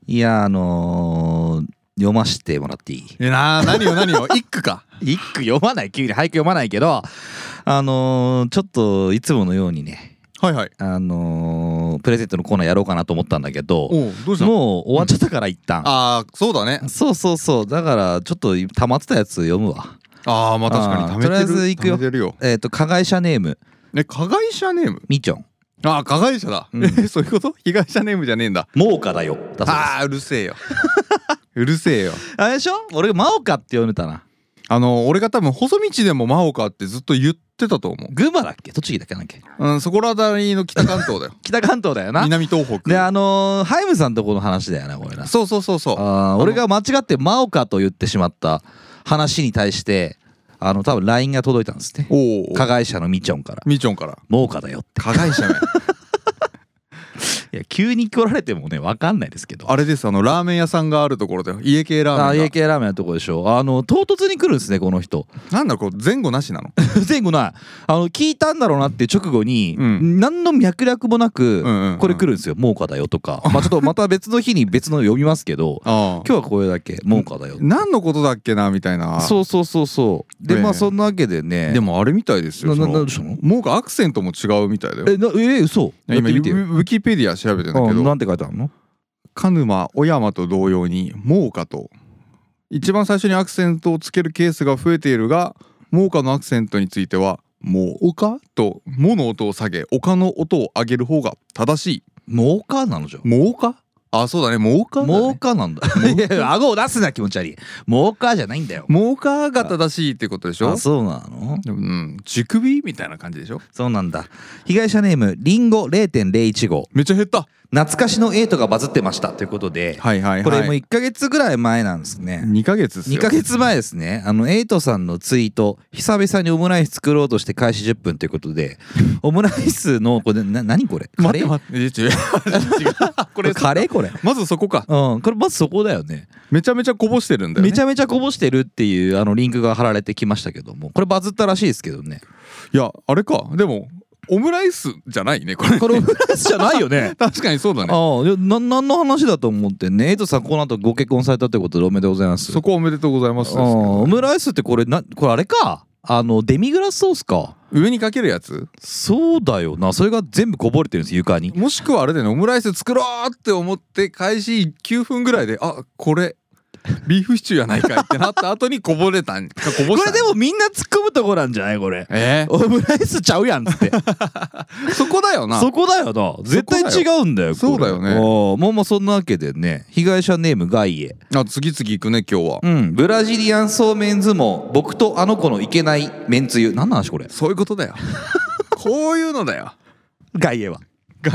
いや読ましてもらっていい？ 何よ一句か。 一句読まない、急に俳句読まないけどちょっといつものようにね、 はいはい。 プレゼントのコーナーやろうかなと思ったんだけど、 どうしたの？ もう終わっちゃったから一旦、 ああそうだね。 そうだからちょっと溜まってたやつ読むわ。 ああまあ確かに溜めてる。 とりあえず行くよ。 溜めてるよ。 加害者ネーム加害者ネームみちょん。 ああ加害者だ。そういうこと？被害者ネームじゃねえんだ。 もうかだよだそうです。 ああうるせえようるせえよ。 あれでしょ、俺が真岡って呼んでたな。 俺が多分細道でも真岡ってずっと言ってたと思う。 群馬だっけ栃木だっけなんだっけ。 そこら辺りの北関東だよ北関東だよな。 南東北でハイムさんとこの話だよなこれな。 そう俺が間違って真岡と言ってしまった話に対して多分 LINE が届いたんですね。加害者のみちょんから。 みちょんからもうかだよって加害者めいや急に来られてもね分かんないですけど、 あれですラーメン屋さんがあるところだよ。家系ラーメンが。 家系ラーメンのところでしょ。唐突に来るんですねこの人。 なんだこう前後なしなの前後ない。聞いたんだろうなって直後に、何の脈絡もなくこれ来るんですよ。もうかだよとかちょっとまた別の日に別の読みますけど今日はこれだけもうかだよ何のことだっけなみたいな。 そうでまあそんなわけでね。 でもあれみたいですよ。 どうしたの？ もうかアクセントも違うみたいだよ。 嘘。 今ウィキペディア調べてんだけど、 なんて書いてあるの？ 鹿沼小山と同様にもうかと一番最初にアクセントをつけるケースが増えているが、もうかのアクセントについてはもうかともの音を下げおかの音を上げる方が正しい。 もうかなのじゃん。 もうか？あそうだねもうかだね。 もうかなんだ。いや顎を出すな気持ち悪い。もうかじゃないんだよ。 もうかが正しいってことでしょ。 あそうなの？ 乳首みたいな感じでしょ。 そうなんだ。被害者ネームリンゴ 0.015。 めっちゃ減った。 懐かしのエイトがバズってましたということで、これもう1ヶ月ぐらい前なんですね。 2ヶ月ですよ。 2ヶ月前ですね。エイトさんのツイート、久々にオムライス作ろうとして開始10分ということで、オムライスのこれ何これ？カレー？ 待って違うこれカレーこれ。 まずそこか。 これまずそこだよね。 めちゃめちゃこぼしてるんだよね。 めちゃめちゃこぼしてるっていうリンクが貼られてきましたけども、これバズったらしいですけどね。 いやあれか。でもオムライスじゃないねこれオムライスじゃないよね確かにそうだね。 何の話だと思ってね。エイトさんこの後ご結婚されたということでおめでとうございます。 そこおめでとうございます。 オムライスってこれあれか、デミグラスソースか。 上にかけるやつ。 そうだよな。それが全部こぼれてるんです床に。 もしくはあれだよね、オムライス作ろうって思って開始9分ぐらいでこれビーフシチューやないかいってなった後にこぼれたんかこぼした。 これでもみんな突っ込むとこなんじゃないこれ。オムライスちゃうやんってそこだよな。 そこだよな。絶対違うんだよ。 そうだよね。 もうそんなわけでね、被害者ネームガイエ。 次々行くね今日は。 ブラジリアンそうめん相撲、僕とあの子のいけないめんつゆ。何の話これ？ そういうことだよこういうのだよガイエは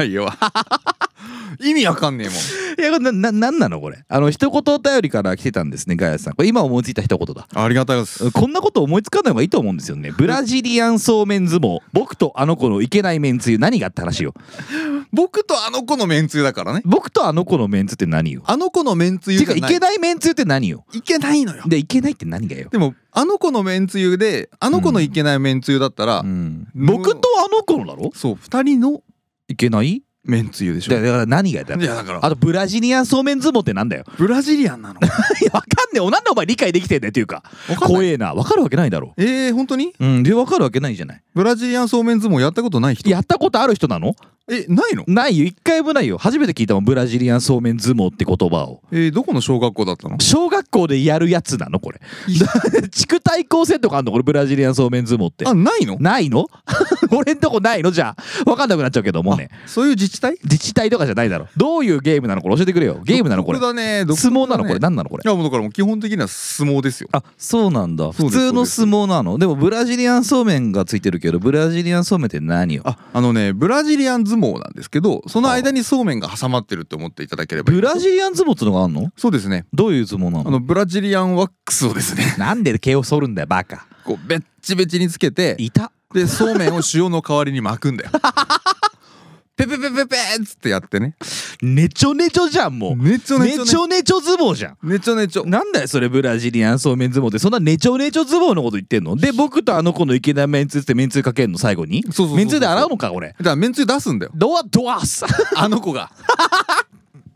意味わかんねえもん。 いやこれなんなのこれ。一言お便りから来てたんですねガイエさん。これ今思いついた一言だ。 ありがたいです。 こんなこと思いつかない方がいいと思うんですよね。ブラジリアンそうめん相撲、僕とあの子のいけないめんつゆ。何があった話よ。 僕とあの子のめんつゆだからね。 僕とあの子のめんつゆって何よ。 あの子のめんつゆじゃない。 てかいけないめんつゆって何よ。 いけないのよ。 でいけないって何がよ。 でもあの子のめんつゆであの子のいけないめんつゆだったら、 僕とあの子のだろ。 そう2人のいけないめんつゆでしょ。 だから何がやったの？ いやだからあとブラジリアンそうめん相撲ってなんだよ。 ブラジリアンなのいやわかんねえ。なんでお前理解できてんだよっていうか。怖えな。わかるわけないだろ。 本当に？ でわかるわけないじゃない。 ブラジリアンそうめん相撲やったことない人？ やったことある人なの？ ないの？ ないよ。一回もないよ。初めて聞いたもんブラジリアンそうめん相撲って言葉を。 どこの小学校だったの？ 小学校でやるやつなのこれ。地区対抗戦とかあんのこれブラジリアンそうめん相撲って。 ないの？ ないの？俺んとこないの？じゃあ分かんなくなっちゃうけどもね。 そういう自治体とかじゃないだろ。どういうゲームなのこれ教えてくれよ。ゲームなのこれ。 相撲なのこれ。何なのこれ。 いやもうだからもう基本的には相撲ですよ。 そうなんだ。普通の相撲なの。でもブラジリアンそうめんがついてるけど、ブラジリアンそうめんって何よ。 ブラジリアン相撲なんですけど、その間にそうめんが挟まってるって思っていただければいい。 ブラジリアン相撲ってのがあんの？そうですね。 どういう相撲なの？ ブラジリアンワックスをですねなんで毛を剃るんだよバカ。 こうベッチベチにつけて、でそうめんを塩の代わりに巻くんだよペペペペペーっつってやってね。 ねちょねちょじゃん。もうねちょねちょ相撲じゃん。 ねちょねちょなんだよそれ。ブラジリアンそうめん相撲ってそんなねちょねちょ相撲のこと言ってんの？で僕とあの子のいけないめんつゆってめんつゆかけんの最後に。めんつゆで洗うのかこれ。 だからめんつゆ出すんだよ。 ドアスあの子が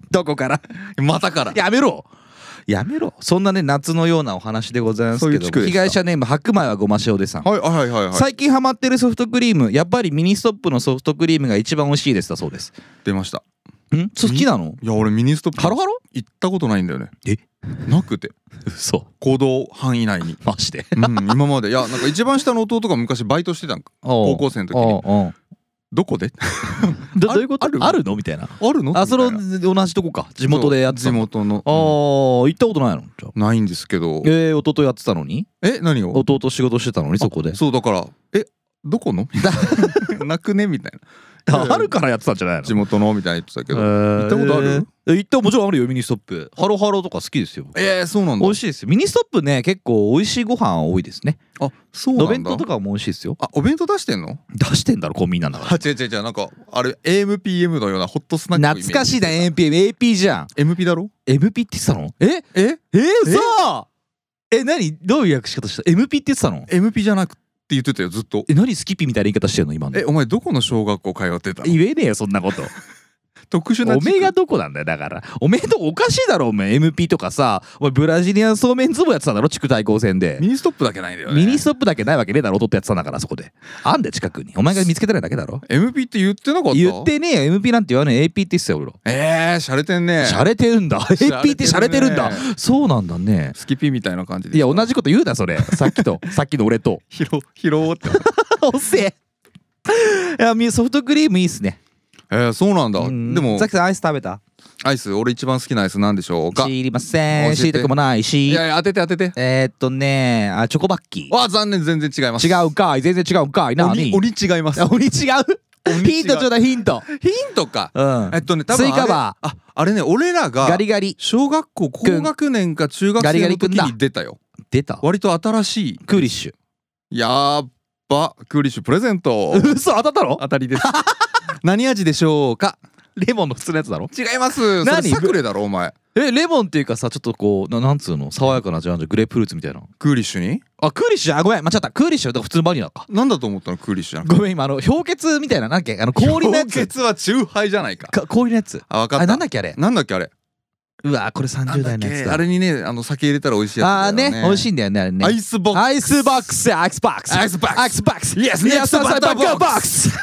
どこからまたからやめろそんなね夏のようなお話でございますけど、被害者ネーム白米はごま塩でさん、最近ハマってるソフトクリーム、やっぱりミニストップのソフトクリームが一番美味しいですだそうです。 出ました。 好きなの？ いや俺ミニストップハロハロ行ったことないんだよね。なくて嘘、 行動範囲内にマジで今まで。いやなんか一番下の弟が昔バイトしてたんか、高校生の時に。どこでどういうこと？あるのみたいな。 あるの？ その同じとこか、地元でやってた。 地元の。 行ったことないの？じゃないんですけど。 弟やってたのに？何を？弟仕事してたのにそこで。 そうだからどこのなくねみたいな。 あるからやってたんじゃないの？ 地元のみたいな言ってたけど。行ったことある？ もちろんあるよ。ミニストップハロハロとか好きですよ。 そうなんだ。 美味しいですよ。ミニストップね、結構美味しいご飯多いですね。 そうなんだ。 お弁当とかも美味しいですよ。 お弁当出してんの？ 出してんだろ、コンビニなんだから。 違うなんかあれ AMPM のようなホットスナック。 懐かしいな。 AP じゃん。 MP だろ？ MP って言ってたの？さあ何どういう訳し方した？ MP って言ってたの？ MP じゃなくて言ってたよずっと。 何スキッピーみたいな言い方してんの今の？ お前どこの小学校通ってたの？ 言えねえよそんなこと特殊なおめえがどこなんだよ。だからおめえとこおかしいだろおめえ。 MP とかさ、お前ブラジリアンそうめん相撲やってたんだろ、地区対抗戦で。 ミニストップだけないんだよね。 ミニストップだけないわけねえだろ、弟やってたんだから。そこであんで近くにお前が見つけてないだけだろ。 MP って言ってなかった？ 言ってねえよ。 MP なんて言わねえ。 AP って言ってたよ俺ら。 しゃれてんね。 しゃれてるんだ。AP ってしゃれてるんだ。そうなんだね。 スキピみたいな感じで。 いや同じこと言うなそれ。さっきの俺と拾おうっておせえ。いやソフトクリームいいっすね。 そうなんだ。でもザキさんアイス食べた？ アイス俺一番好きなアイスなんでしょうか？ 知りません。知りたくもないし。 いや当てて。 チョコバッキー。 残念、全然違います。 違うかい。全然違うかい。 鬼違います。 鬼違う。ヒントちょうだい。ヒントか。 多分スイカバー。 あれね、俺らがガリガリ小学校高学年か中学生の時に出たよ。 出た。 割と新しいクーリッシュ。 やーば、クーリッシュプレゼント。 嘘、当たったの？ 当たりです。何味でしょうか？ レモンの普通のやつだろ？ 違います。それサクレだろお前。 レモンっていうかさ、ちょっとこうなんつうの、爽やかなじゃん、グレープフルーツみたいな。 クーリッシュに？ クーリッシュ、ごめん間違った。クーリッシュだから普通のバニラか。 なんだと思ったの？クーリッシュ。 ごめん今氷結みたいな、なんだっけ、氷のやつ。 氷結はチューハイじゃないか。 氷のやつ。 分かった。 なんだっけあれ。うわこれ30代のやつだ。 あれにね酒入れたら美味しいやつだよね。 美味しいんだよねあれね。 アイスボックス。 アイスボックス。アイスボックス。 アイスボックス。イエス。 ネクストバッターボックス。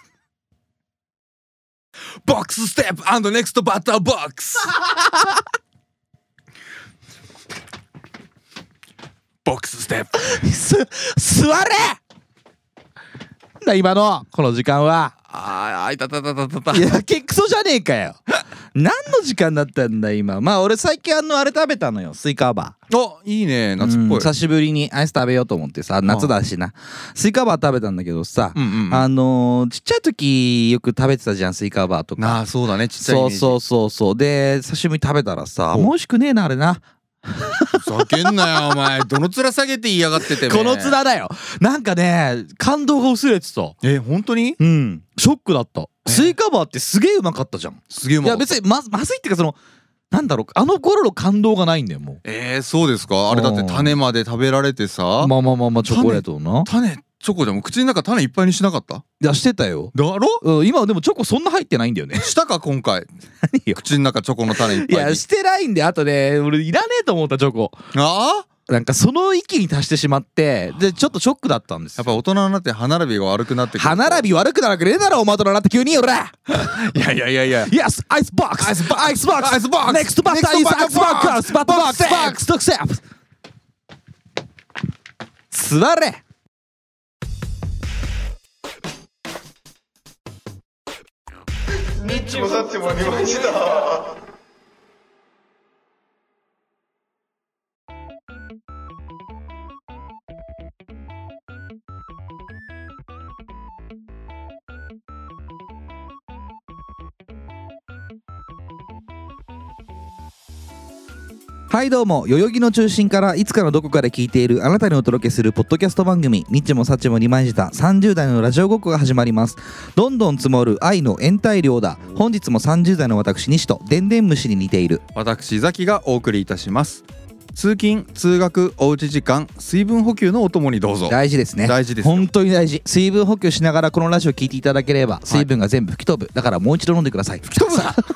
ボックスステップ&ネクストバッターボックス。ボックスステップ。 座れ。だ今のこの時間は。 いた。 いやケクソじゃねえかよ。何の時間だったんだ今。まあ俺最近あれ食べたのよ、スイカバー。 いいね、夏っぽい。 久しぶりにアイス食べようと思ってさ、夏だしな。スイカバー食べたんだけどさ、ちっちゃい時よく食べてたじゃん、スイカバーとか。 そうだね、ちっちゃいイメージ。 そうで久しぶりに食べたらさ、美味しくねえなあれな。 ふざけんなよお前。どの面下げて言いやがってて。 この面だよ。なんかね感動が薄れてた。 本当に？ ショックだった。スイカバーってすげえうまかったじゃん。 すげえうまかった。 いや別にまずいっていうかなんだろう、あの頃の感動がないんだよもう。 そうですか。あれだって種まで食べられてさ。 まあチョコレートな。 種チョコじゃん。口の中種いっぱいにしなかった？ いやしてたよ。 だろ？ 今でもチョコそんな入ってないんだよね。 したか今回。 何よ。 口の中チョコの種いっぱいに。 いやしてないんで、あとね俺いらねえと思ったチョコ。なんかその域に達してしまって、でちょっとショックだったんですよ。 やっぱ大人になって歯並びが悪くなってくる。 歯並び悪くなるわけねえだろお前、大人になって急に。俺いや Yesアイスボックス。アイスボックス。ネクストバッターイズアイスボックス。バッターボックス。トクセプ座れ。 ニッチもサッチもありました。 はいどうも、代々木の中心からいつかのどこかで聞いているあなたにお届けするポッドキャスト番組、ニッチもサッチもにまじた30代のラジオごっこが始まります。どんどん積もる愛の延滞量だ。本日も30代の私西とでんでん虫に似ている私ザキがお送りいたします。通勤通学おうち時間、水分補給のお供にどうぞ。 大事ですね。 大事です。 本当に大事。水分補給しながらこのラジオ聞いていただければ水分が全部吹き飛ぶ。だからもう一度飲んでください。 吹き飛ぶな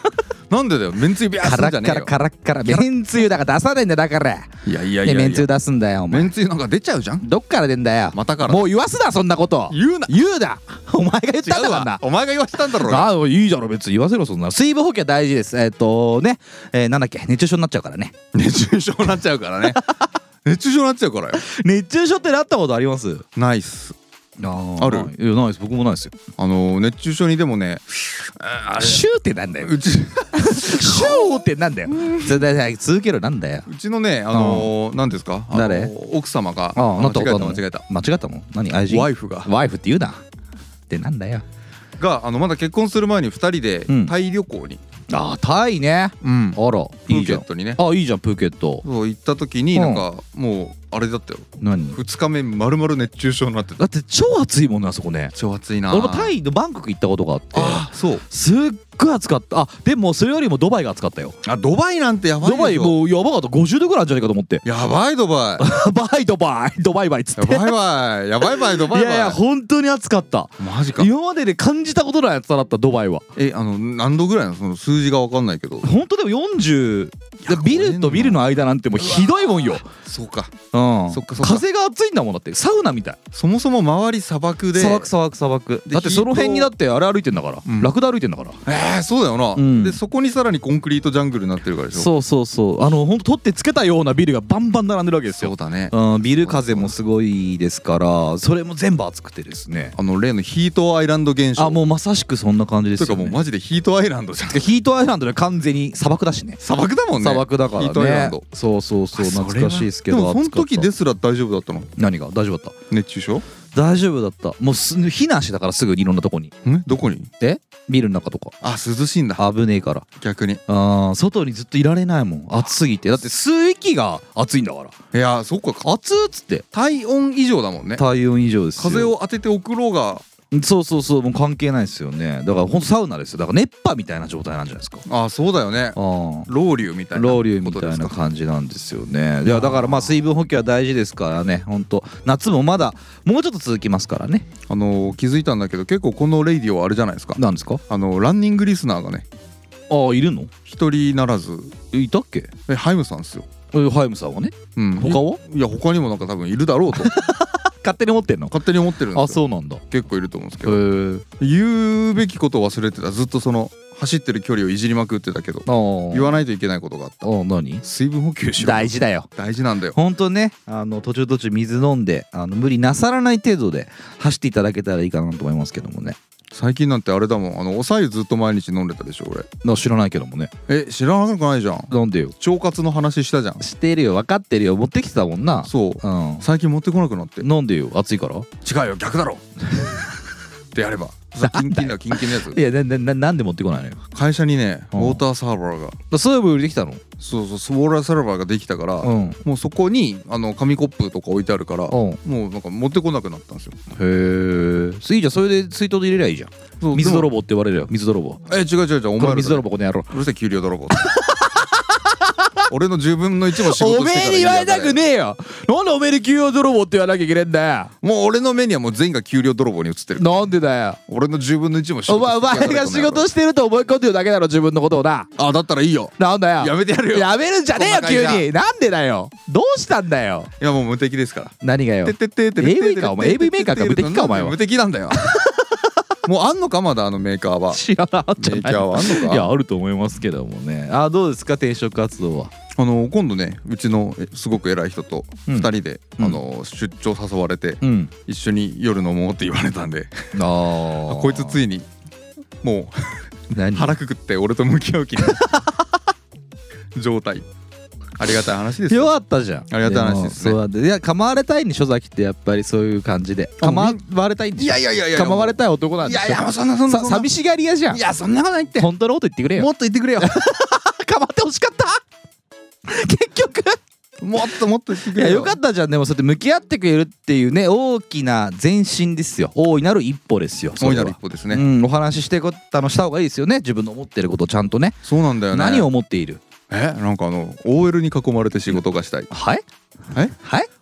なんでだよ、めんつゆビャーすカラッカラるんじゃねえよ。 カラッカラめんつゆだから出さないんだよだからいやいやいでやいや、 めんつゆ出すんだよお前めんつゆなんか出ちゃうじゃん。 どっから出んだよまたからもう言わすなそんなこと言うな。 言うなお前が言ったんだ違うからなわ、お前が言わせたんだろうが。 ああいいじゃろ別に言わせろそんな水分補給は大事ですなんだっけ熱中症になっちゃうからね熱中症になっちゃうからね。熱中症になっちゃうからよ。 熱中症ってなったことありますナイス。 ああるいやないです僕もないですよ熱中症にでもね、 シューってなんだようちシューってなんだよそれで続けろなんだようちのね何ですか、 誰奥様がなったことあんの間違えた間違ったの何愛人ワイフがワイフって言うなってなんだよまだ結婚する前に2人でうんタイ旅行に、 タイねうんあらプーいいじゃんケットにね、 いいじゃんプーケットそう行った時になんかもうあれだったよ、 何 2日目まるまる熱中症になってた。 だって超暑いもんなあそこね超暑いな。 俺もタイのバンコク行ったことがあってそうすっごい暑かったでもそれよりもドバイが暑かったよドバイなんてやばいでしょ。 ドバイもうやばかった50度ぐらいあるんじゃないかと思ってやばいドバイドバイっつってやばいばいやばいばいドバイばい。 いやいや本当に暑かったマジか。 今までで感じたことない暑さだったドバイは何度ぐらいのその数字が分かんないけど。 本当でも40ビルとビルの間なんてもうひどいもんよそうか。 うんそっかそっか風が暑いんだもんだってサウナみたいそもそも周り砂漠で。 砂漠でだってその辺にだってあれ歩いてんだからうんラクダ歩いてんだからそうだよな、 うんでそこにさらにコンクリートジャングルになってるからでしょ。 そうほんと取ってつけたようなビルがバンバン並んでるわけですよそうだね。 ビル風もすごいですからそれも全部暑くてですね例のヒートアイランド現象。 もうまさしくそんな感じですよねとかもうマジでヒートアイランドじゃん。 ヒートアイランドで完全に砂漠だしね砂漠だもんね。 砂漠だからヒートアイラねンド。 そう懐かしいですけどでもその時暑かったですら大丈夫だったの。 何が大丈夫だった熱中症？ 大丈夫だったもう避難してたからすぐいろんなとこにどこに？ ビルの中とか涼しいんだ危ねえから逆に。 外にずっといられないもん暑すぎてだって吸う息が暑いんだからいやそっか暑っつって体温以上だもんね。 体温以上ですよ風を当てて送ろうが。 そうもう関係ないですよねだからほんとサウナですよだから熱波みたいな状態なんじゃないですかそうだよね。ロウリュみたいなロウリュみたいな感じなんですよねいやだから水分補給は大事ですからねほんと夏もまだもうちょっと続きますからね気づいたんだけど結構このレイディオあれじゃないですか。 なんですかランニングリスナーがねいるの一人ならずいたっけハイムさんですよ。 ハイムさんはねうん他はいや他にもなんか多分いるだろうと勝手に思ってんの勝手に思ってるんですよ。 そうなんだ結構いると思うんですけへど、 え言うべきことを忘れてた。ずっとその走ってる距離をいじりまくってたけど言わないといけないことがあった。 何水分補給しよう。 大事だよ大事なんだよ。 ほんとね途中水飲んで無理なさらない程度で走っていただけたらいいかなと思いますけどもね最近なんてあれだもんお白湯ずっと毎日飲んでたでしょ俺。 知らないけどもね知らなくないじゃん。 なんでよ腸活の話したじゃん。 知ってるよ分かってるよ持ってきてたもんなそう最近持ってこなくなって。 なんでよ暑いから違うよ逆だろってやればキンキンのやついやなんで持ってこないのよ会社にねウうんォーターサーバーがそういえば売れてきたのそうウォーターサーバーができたからうんもうそこに紙コップとか置いてあるからもうんうなんか持ってこなくなったんですよ。 へえいいじゃんそれで水筒で入れりゃいいじゃんそう水泥棒って言われるよ水泥棒違うお前らこれ水泥棒この野郎うるせえ給料泥棒俺の10分の1も仕事おめしてからえに言われたくねねえよなんでおめえに給料泥棒って言わなきゃいけないんだもう俺の目にはもう全員が給料泥棒に移ってる。 よなんでだよ俺の10分の1も仕事お前が仕事してると思い込んでるだけだろ自分のことをなだったらいいよ。 なんだよやめてやるよ。 やめるんじゃねえよこんな会社急になんでだよどうしたんだよいやもう無敵ですから。 何がよてってってって AV かお前 AV メーカーか無敵かお前は無敵なんだよもうあんのかまだメーカーは。 知らなかったメーカーはあんのか。 いやあると思いますけどもねどうですか転職活動は今度ねうちのすごく偉い人と2人で、 うん出張誘われて、 うん一緒に夜飲もうって言われたんでここいつついにも何う腹くくって俺と向き合う気な状態。ありがたい話ですよ。 よかったじゃんありがたい話ですねもそうだっていや構われたいに所崎ってやっぱりそういう感じで構われたいんでしょいや構われたい男なんでしょいやもうそんな寂しがり屋じゃんいやそんなことないって本当のこと言ってくれよもっと言ってくれよ構ってほしかった結局もっと言ってくれよ。 いやよかったじゃんでもそうやって向き合ってくれるっていうね大きな前進ですよ大いなる一歩ですよそれは大いなる一歩ですね、 お話ししてした方がいいですよね自分の思ってることをちゃんとねそうなんだよね。 何を思っているなんかOL に囲まれて仕事がしたい。 はいえはい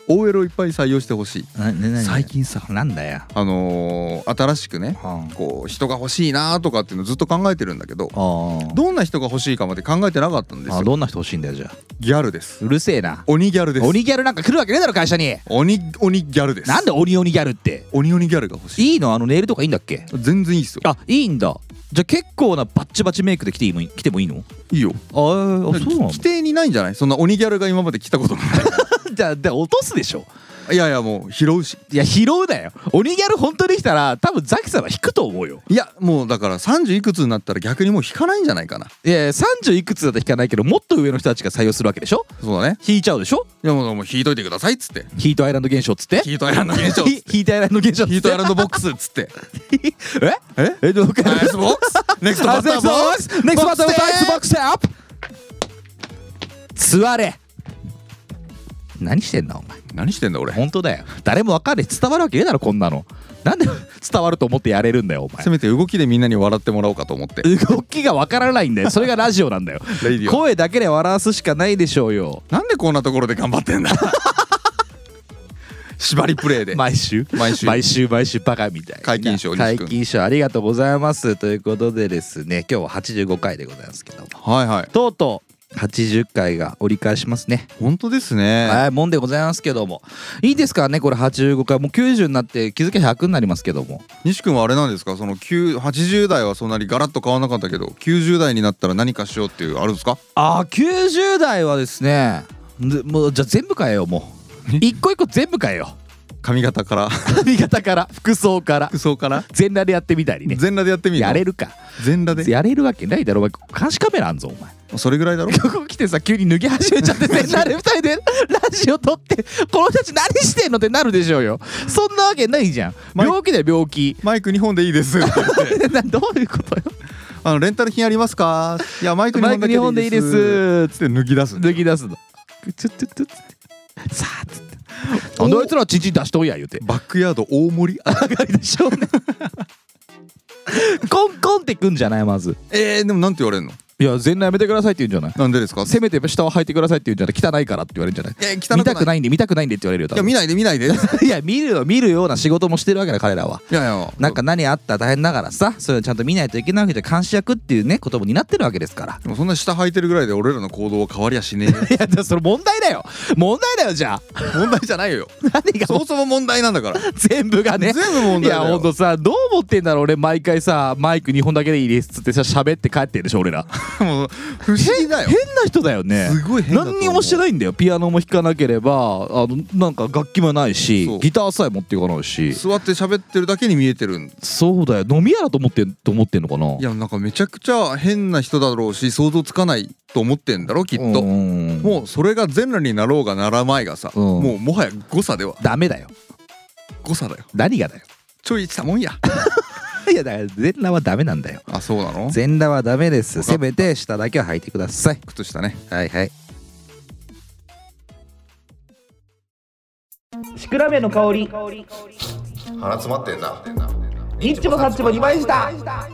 OL をいっぱい採用してほしい。 最最近さなんだよ。 新しくねこう人が欲しいなとかっていうのずっと考えてるんだけど、どんな人が欲しいかまで考えてなかったんですよ。 どんな人欲しいんだよじゃあ。 ギャルです。 うるせえな。 鬼ギャルです。 鬼ギャルなんか来るわけねえだろ会社に。 鬼ギャルです。 なんで鬼ギャルって。 鬼ギャルが欲しい。 いいのネイルとかいいんだっけ。 全然いいっすよ。 あいいんだ。じゃあ結構なバッチバチメイクで来てもいいの。 いいよ。 そうなの。 規定にないんじゃない。そんな鬼ギャルが今まで来たことがないじゃあ落とすでしょ。 いやいやもう拾うし。 いや拾うだよ。鬼ギャル本当に来たら多分ザキさんは引くと思うよ。 いやもうだから30いくつになったら逆にもう引かないんじゃないかな。 いや30いくつだと引かないけどもっと上の人たちが採用するわけでしょ。 そうだね。 引いちゃうでしょ。 いやもう引いといてくださいっつって。 ヒートアイランド現象っつって。 ヒートアイランド現象っつって。 ヒートアイランド現象っつって。 ヒートアイランドボックスっつってどうかアイスボックスネクストバッターボックスネクストバッターボックスアップ。座れ。何してんだお前。 何してんだ俺。 本当だよ。誰も分かんない。伝わるわけねえだろこんなの。なんで伝わると思ってやれるんだよお前。 せめて動きでみんなに笑ってもらおうかと思って。 動きが分からないんだよ。それがラジオなんだよ。 レイディオ。 声だけで笑わすしかないでしょうよ。 なんでこんなところで頑張ってんだ縛りプレイで毎週バカみたいな。 解禁賞解禁賞ありがとうございます。ということでですね今日は85回でございますけども、 はいはい、 とうとう80回が折り返しますね。 本当ですね。 はいもんでございますけども、いいですかねこれ85回もう90になって気づけ100になりますけども。 西君はあれなんですか、その80代はそんなにガラッと変わらなかったけど90代になったら何かしようっていうあるんですか。 90代はですねもうじゃあ全部変えよう。もう一個一個全部変えよう。 髪型から服装から全裸でやってみたりね。 全裸でやってみる。 やれるか。 全裸でやれるわけないだろお前。監視カメラあんぞお前。 それぐらいだろ。 ここ来てさ急に脱ぎ始めちゃって全裸で2人でラジオ撮ってこの人たち何してんのってなるでしょうよ。そんなわけないじゃん。病気だよ病気。 マイク2本でいいですって言ってどういうことよ。 レンタル品ありますか。いやマイク 2本でいいですつって脱ぎ出すの。 ちょさあつってあいつらチンチン出しとんや言うてバックヤード大盛り上がりでしょうねコンコンってくんじゃないまず。 でもなんて言われるの。 いや全裸やめてくださいって言うんじゃない。 なんでですか。 せめて下は履いてくださいって言うんじゃない。汚いからって言われるんじゃない。 汚くない。 見たくないんでって言われるよ。 いや見ないでいや見るような仕事もしてるわけだ彼らは。 いやなんか何あったら大変だからさ、それをちゃんと見ないといけないわけで監視役っていうねことも担ってるわけですから。 でもそんな下履いてるぐらいで俺らの行動は変わりやしねえ。 いやそれ問題だよじゃあ。 問題じゃないよ。 何がそもそも問題なんだから全部がね。 全部問題だよ。 いやほんとさどう思ってんだろう俺。毎回さマイク2本だけでいいですっつってさ喋って帰ってるでしょ俺ら。 もう不思議だよ。 変な人だよね。 すごい変だと思う。 何にもしてないんだよ。ピアノも弾かなければなんか楽器もないしギターさえ持っていかないし座って喋ってるだけに見えてるん。 そうだよ。飲み屋だと思ってんのかな。 いやなんかめちゃくちゃ変な人だろうし想像つかないと思ってんだろきっと。もうそれが全裸になろうがならまいがさ、もうもはや誤差ではダメだよ。 誤差だよ。 何がだよ。 ちょいしたもんやいやだから全裸はダメなんだよ。 あそうなの。 全裸はダメです。せめて下だけは履いてください。 靴下ね。 はいはい。シクラメンの香り鼻詰まってんな。 ニッチもサッチも2枚した。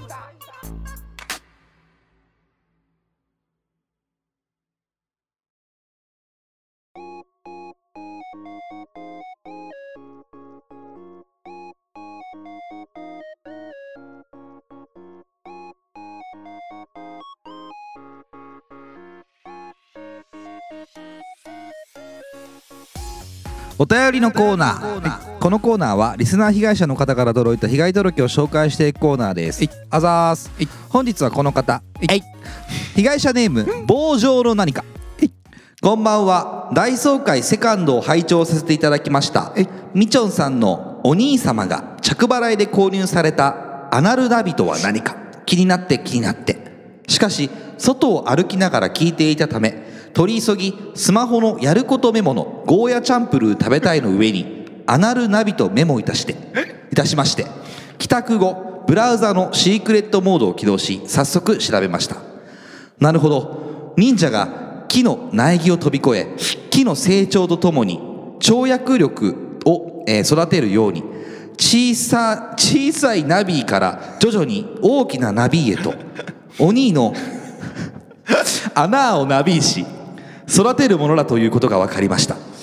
お便りのコーナー。このコーナーはリスナー被害者の方から届いた被害届を紹介していくコーナーです。あざーす。本日はこの方。被害者ネーム棒状の何か。こんばんは。大総会セカンドを拝聴させていただきました。みちょんさんのお兄様が着払いで購入されたアナルナビとは何か気になってしかし外を歩きながら聞いていたため取り急ぎスマホのやることメモのゴーヤチャンプルー食べたいの上にアナルナビとメモいたしまして帰宅後ブラウザのシークレットモードを起動し早速調べました。なるほど。忍者が木の苗木を飛び越え木の成長とともに跳躍力を育てるように小さいナビから徐々に大きなナビへとお兄の穴をナビし育てるものだということが分かりました。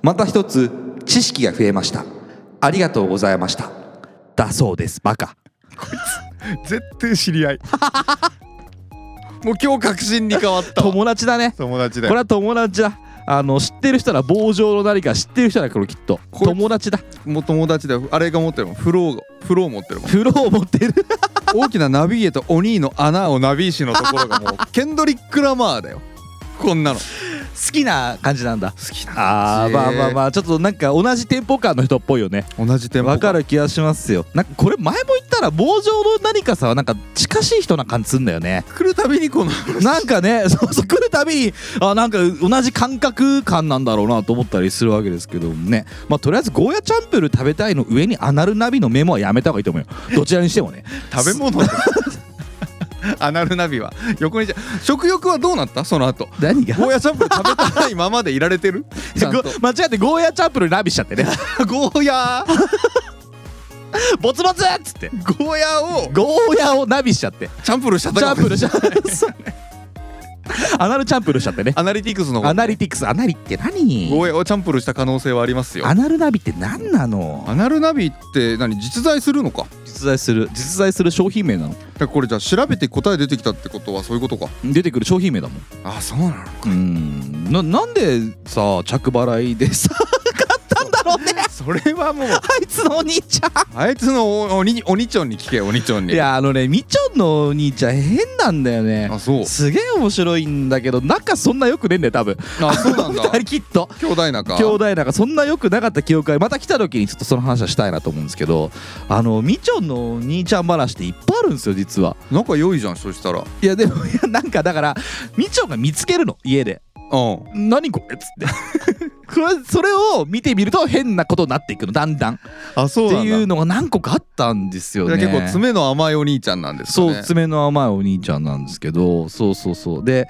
また一つ知識が増えました。ありがとうございました。だそうです。バカ。 絶対知り合いもう今日確信に変わったわ。 友達だね。 友達だよ。 これは友達だ。知ってる人ら棒状の何か知ってる人だこれきっとこいつ友達だ。 もう友達だよ。あれが持ってるもん。フロー持ってるもん。 風呂を持ってる大きなナビゲートお兄の穴をナビ石のところがもうケンドリック・ラマーだよ。こんなの好きな感じなんだ。 好きな感じ。 まあちょっとなんか同じテンポ感の人っぽいよね。 同じテンポ。 わかる気がしますよ。なんかこれ前も言ったら棒状の何かさなんか近しい人な感じすんだよね。 来るたびにこのなんかねそう来るたびになんか同じ感覚感なんだろうなと思ったりするわけですけどもね。まあとりあえずゴーヤチャンプル食べたいの上にアナルナビのメモはやめた方がいいと思うよ。どちらにしてもね。 食べ物だアナルナビは横に食欲はどうなった？その後何がゴーヤチャンプル食べたいままでいられてる？ちゃんと間違ってゴーヤチャンプルナビしちゃってねゴーヤボツボツっつってゴーヤをゴーヤをナビしちゃってチャンプルしちゃったチャンプルしちゃってアナルチャンプルしちゃってね。 アナリティクスの方アナリティクス。アナリって何？ ゴーヤをチャンプルした可能性はありますよ。 アナルナビって何なの？ アナルナビって何？実在するのか？ 実在する商品名なの。 だからこれじゃあ調べて答え出てきたってことはそういうことか。 出てくる商品名だもん。 あ、そうなのか。 なんでさ着払いでさ買ったんだろうね。 それはもうあいつのお兄ちゃん。 あいつのおにちょんに聞け。おにちょんに。 いやみちょんのお兄ちゃん変なんだよね。 あ、そう。 すげえ面白いんだけど仲そんな良くねえんだよ多分。 あ、そうなんだ二人きっと兄弟仲。 兄弟仲そんな良くなかった記憶がまた来た時にちょっとその話はしたいなと思うんですけど、みちょんのお兄ちゃん話っていっぱいあるんですよ実は。 仲良いじゃん。そしたらいやでもなんかだからみちょんが見つけるの家で。何これっつってそれを見てみると変なことになっていくのだんだん。 あ、そうなんだ。 っていうのが何個かあったんですよね。 結構爪の甘いお兄ちゃんなんですかね。 そう爪の甘いお兄ちゃんなんですけど、そうで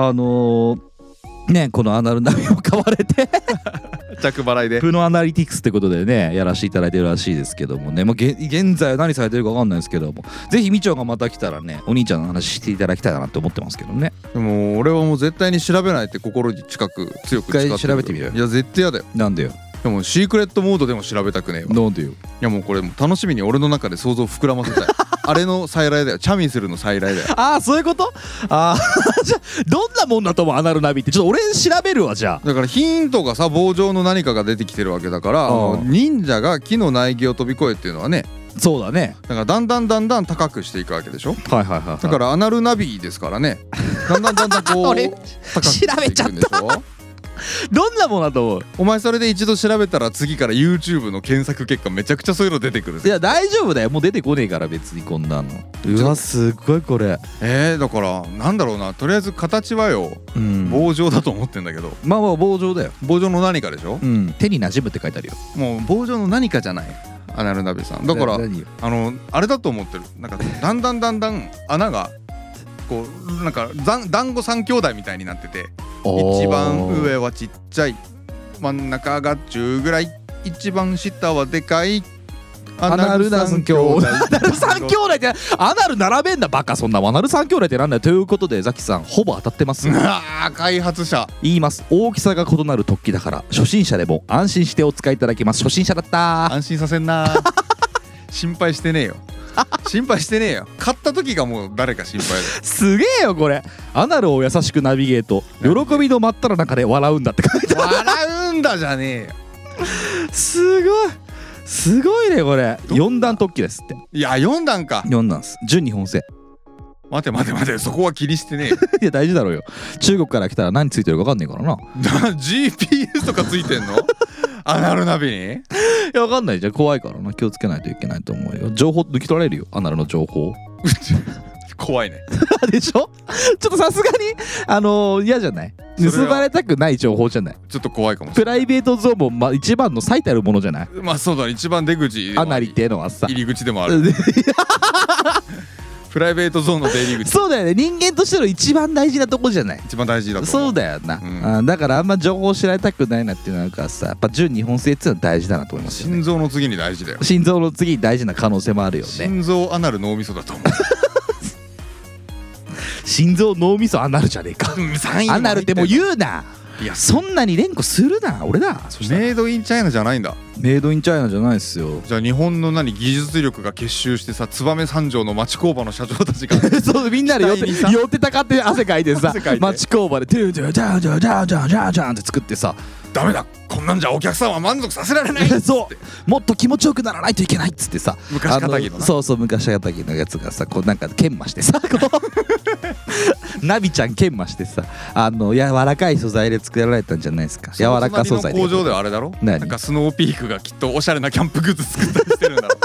ねこのアナルナビを買われて着払いでプノアナリティクスってことでねやらせていただいてるらしいですけどもね、もう現在は何されてるか分かんないですけども、ぜひみちょがまた来たらねお兄ちゃんの話していただきたいなって思ってますけどね。 でも俺はもう絶対に調べないって心に強く誓ってる。 一回調べてみるよ。 いや絶対やだよ。 なんでよ。 でもシークレットモードでも調べたくねえわ。 なんでよ。 いやもうこれ楽しみに俺の中で想像膨らませたいあれの再来だよ。チャミスルの再来だよ。 ああそういうこと。ああじゃあどんなもんだと思うアナルナビって。ちょっと俺調べるわじゃあ。 だからヒントがさ棒状の何かが出てきてるわけだから忍者が木の苗木を飛び越えっていうのはね。 そうだね。 だからだんだん高くしていくわけでしょ。 はいだからアナルナビですからね。だんだんこう俺高くしていくんでしょ。 どんなものだと思う。 お前それで一度調べたら次から YouTube の検索結果めちゃくちゃそういうの出てくる。 いや大丈夫だよもう出てこねえから別にこんなの。うわすっごいこれ。 だからなんだろうな。とりあえず形はよ棒状だと思ってんだけど。 まあ棒状だよ。 棒状の何かでしょ。 手に馴染むって書いてあるよ。 もう棒状の何かじゃないアナルナビさんだからあれだと思ってる。なんかだんだん穴がこうなんか団子三兄弟みたいになってて、一番上はちっちゃい、真ん中が中ぐらい、一番下はでかいアナル三兄弟。アナル三兄弟ってアナル並べんなバカ。そんなアナル三兄弟ってなんだよ。ということでザキさんほぼ当たってます。 開発者言います。大きさが異なる突起だから初心者でも安心してお使いいただけます。初心者だった。 安心させんな心配してねえよ心配してねえよ。買った時がもう誰か心配だよ。 すげえよこれ。アナルを優しくナビゲート、喜びの真っ只中で笑うんだって書いてある。 笑うんだじゃねえよ。 すごいねこれ。4段突起ですって。 いや4段か。 4段です。純日本製。 待てそこは気にしてねえよいや大事だろうよ。中国から来たら何ついてるか分かんねえからな。 GPS とかついてんのアナルナビに。 いや分かんないじゃん。怖いからな。気をつけないといけないと思うよ。情報抜き取られるよアナルの情報怖いねでしょ。ちょっとさすがに嫌じゃない。盗まれたくない情報じゃない。 ちょっと怖いかもしれない。 プライベートゾーンも一番の最たるものじゃない。 まあそうだね。一番出口アナリっていうのはさ入り口でもあるプライベートゾーンの出入り口。 そうだよね。人間としての一番大事なとこじゃない。 一番大事だと思う。 そうだよな、だからあんま情報を知られたくないなっていうのがさ、やっぱ純日本製っていうのは大事だなと思いますよね。 心臓の次に大事だよ。 心臓の次に大事な可能性もあるよね。 心臓アナル脳みそだと思う心臓脳みそアナルじゃねえか。アナルってもう言うな。 いやそんなに連呼するな俺だ。そしたらメイドインチャイナじゃないんだ。 メイドインチャイナじゃないですよ。 じゃあ日本の技術力が結集してさ、燕三条の町工場の社長たちがそうみんなで寄って額にさ寄ってたかって汗かいてさ汗かいて町工場でトゥージャージャージャージャージャージャージャーって作ってさダメだ、こんなんじゃお客さんは満足させられないそうもっと気持ちよくならないといけないっつってさ昔かたぎのな。 そうそう昔かたぎのやつがさこうなんか研磨してさこうナビちゃん研磨してさ柔らかい素材で作られたんじゃないですか。柔らか素材で工場ではあれだろ、 何なんかスノーピークがきっとおしゃれなキャンプグッズ作ったりしてるんだろ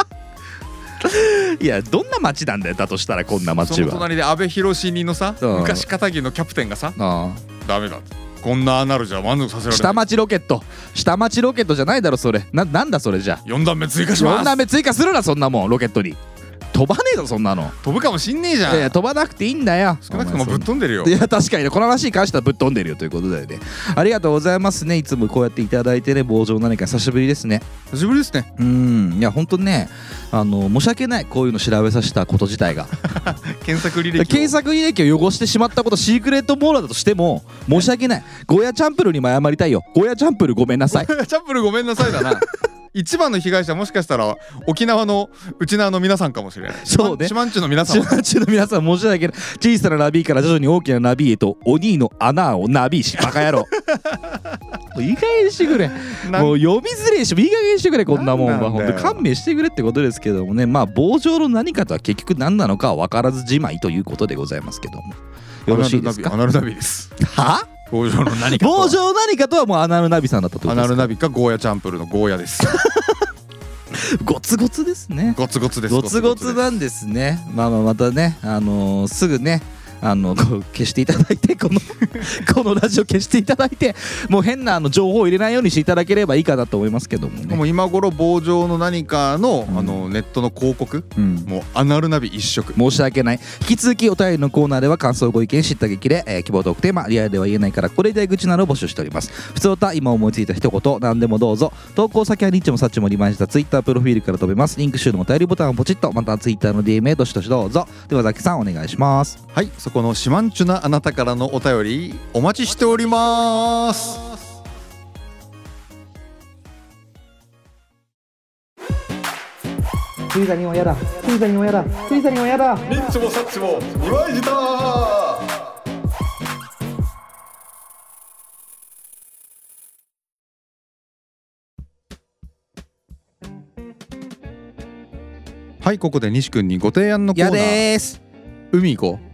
いやどんな町なんだよだとしたらこんな町そのは。 隣で安倍博士のさ、 うん昔かたぎのキャプテンがさ、 あダメだ、こんなアナルじゃ満足させられない、 下町ロケット下町ロケットじゃないだろそれ。なんだそれじゃあ 4段目追加します。 4段目追加するなそんなもんロケットに飛ばねえぞそんなの。 飛ぶかもしんねえじゃん。 いや飛ばなくていいんだよ。 少なくともぶっ飛んでるよ。 いや確かにねこの話に関してはぶっ飛んでるよということだよね。ありがとうございますね。いつもこうやっていただいてね棒状何か久しぶりですね。 久しぶりですね。 いや本当ね申し訳ないこういうの調べさせたこと自体が検索履歴を検索履歴を汚してしまったことシークレットモーラーだとしても申し訳ない。ゴーヤチャンプルーにも謝りたいよ。ゴーヤチャンプルーごめんなさい。 チャンプルごめんなさいだな一番の被害者もしかしたら沖縄の内縄の皆さんかもしれない。 そうね四万十の皆さん島中の皆さん申し訳ない。小さなナビから徐々に大きなナビへとお兄の穴をナビしバカ野郎もういい加減にしてくれ。もう読みづれえしいい加減にしてくれこんなもんは。ほんと勘弁してくれってことですけどもね。まあ棒状の何かとは結局何なのかは分からずじまいということでございますけどもよろしいですか。 アナルナビです。 は棒状の何かとは棒状何かとはもうアナルナビさんだったってこアとですか。 ナルナビかゴーヤチャンプルのゴーヤですゴツゴツですね。 ゴツゴツです。 ゴツゴツなんですね。まあまたねすぐねこう消していただいてこのラジオ消していただいてもう変な情報を入れないようにしていただければいいかなと思いますけどもね。 もう今頃棒状の何かの、ネットの広告、もうアナルナビ一色。 申し訳ない。引き続きお便りのコーナーでは感想ご意見知った激励、希望トークテーマリアルでは言えないからこれ以外愚痴などを募集しております。ふつおた今思いついた一言何でもどうぞ。投稿先はニッチもサッチもリマインしたツイッタープロフィールから飛べます。リンク集のお便りボタンをポチッとまたツイッターの DM へどしどしどうぞ。ではザキさんお願いします。 はい、そこのシマンチュなあなたからのお便りお待ちしております。 スイザにはやだスイザにはやだスイザにはやだ。 ニッチもサッチも二枚舌。はい、ここで西くんにご提案のコーナー。 やでーす。 海行こう。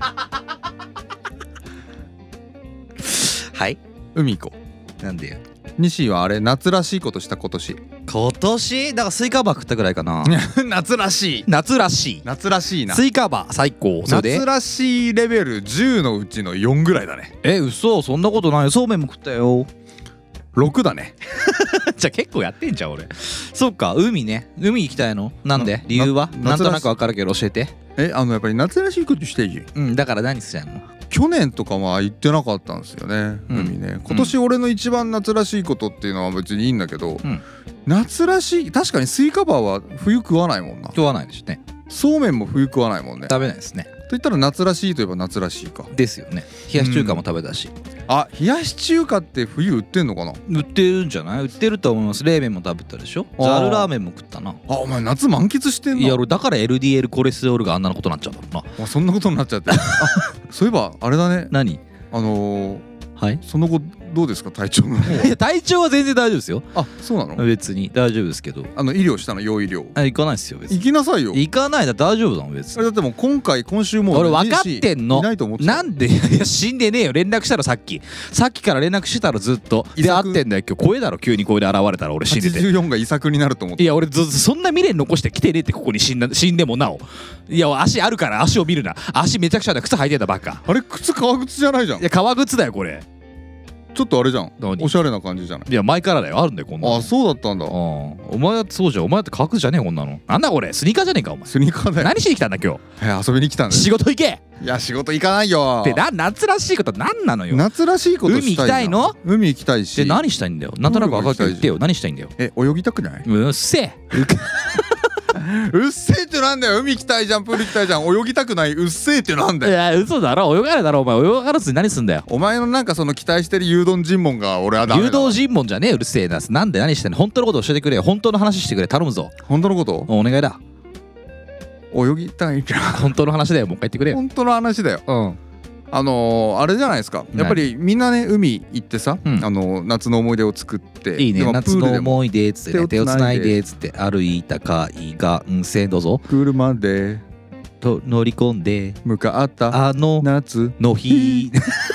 はい海行こなんでよ。 う。西はあれ夏らしいことした今年。 今年だからスイカバー食ったぐらいかな。 夏らしい。 夏らしい夏らしいな。 スイカバー最高。それで夏らしいレベル10のうちの4ぐらいだね。 嘘そんなことないよ。そうめんも食ったよ。 6だね。 じゃあ結構やってんじゃん俺。そっか海ね。海行きたいのなんで理由はなんとなくわかるけど教えて。 やっぱり夏らしいことしていい。 だから何してんの。 去年とかは行ってなかったんですよね、海ね。今年俺の一番夏らしいことっていうのは別にいいんだけど、夏らしい確かにスイカバーは冬食わないもんな。 食わないですね。 そうめんも冬食わないもんね。 食べないですね。 といったら夏らしいといえば夏らしいかですよね。冷やし中華も食べたし。 あ、冷やし中華って冬売ってんのかな。 売ってるんじゃない。売ってると思います。冷麺も食べたでしょ。ざるラーメンも食ったな。 あ、お前夏満喫してんの。 いや俺だから LDL コレステロールがあんなことになっちゃうんだろうな。 そんなことになっちゃってあ、そういえばあれだね。 何はいその後どうですか体調の方いや体調は全然大丈夫ですよ。 あ、そうなの。 別に大丈夫ですけど。 医療したの。要医療行かないですよ別に。 行きなさいよ。 行かないだ大丈夫だもん別に。 だってもう今週もう俺分かってんの。 いないと思ってた。 なんで。いや死んでねえよ。連絡したらさっきから連絡してたらずっとで会ってんだよ。今日声だろ。急に声で現れたら俺死んでて。 84が遺作になると思って。 いや俺そんな未練残して来てねえって。ここに死んでもなお。いや足あるから足を見るな。足めちゃくちゃだ。靴履いてんだバカ。 あれ靴革靴じゃないじゃん。 いや革靴だよこれ。 ちょっとあれじゃん。 何おしゃれな感じじゃない。 いや前からだよ。あるんだよこんなの。 あ、そうだったんだ。 お前だってそうじゃん。お前だって革靴じゃねえこんなの。なんだこれスニーカーじゃねえかお前。 スニーカーだよ。 何しに来たんだ今日。 遊びに来たんだよ。 仕事行け。 いや仕事行かないよ。 で夏らしいこと何なのよ。 夏らしいことしたい。 海行きたいの。 海行きたいし。 で何したいんだよ。なんとなく分かって言ってよ。何したいんだよ。 泳ぎたくない。 うっせえ。 うっせえってなんだよ。海行きたいじゃん、プール行きたいじゃん、泳ぎたくない、うっせえってなんだいよ。 や嘘だろ、泳がないだろお前。泳がらずに何すんだよ。 お前のなんかその期待してる誘導尋問が俺はダメだ。 誘導尋問じゃねえ、うるせえな。なんで何してんの。本当のこと教えてくれよ。本当の話してくれ、頼むぞ。 本当のこと？ お願いだ。 泳ぎたいじゃん。 本当の話だよ、もう一回言ってくれよ。 本当の話だよ。 うんあれじゃないですか。やっぱりみんなね海行ってさ、 うん夏の思い出を作っていいね、 で夏の思い出っつってね、手をつない手をつないででっつって歩いた海岸線どうぞ車でと乗り込んで向かったあの夏の日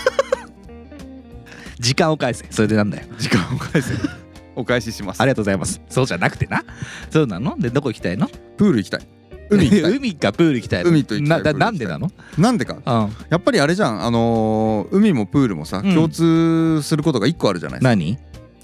時間を返せ。それでなんだよ。 時間を返せお返しします。 ありがとうございます。そうじゃなくてな。そうなので、どこ行きたいの。 プール行きたい。海行きたい。 海かプール行きたいの。 海と行きたいプール行きたいなんでなの。 なんでか、 うんやっぱりあれじゃん、海もプールもさ、 うん共通することが一個あるじゃないですか。 何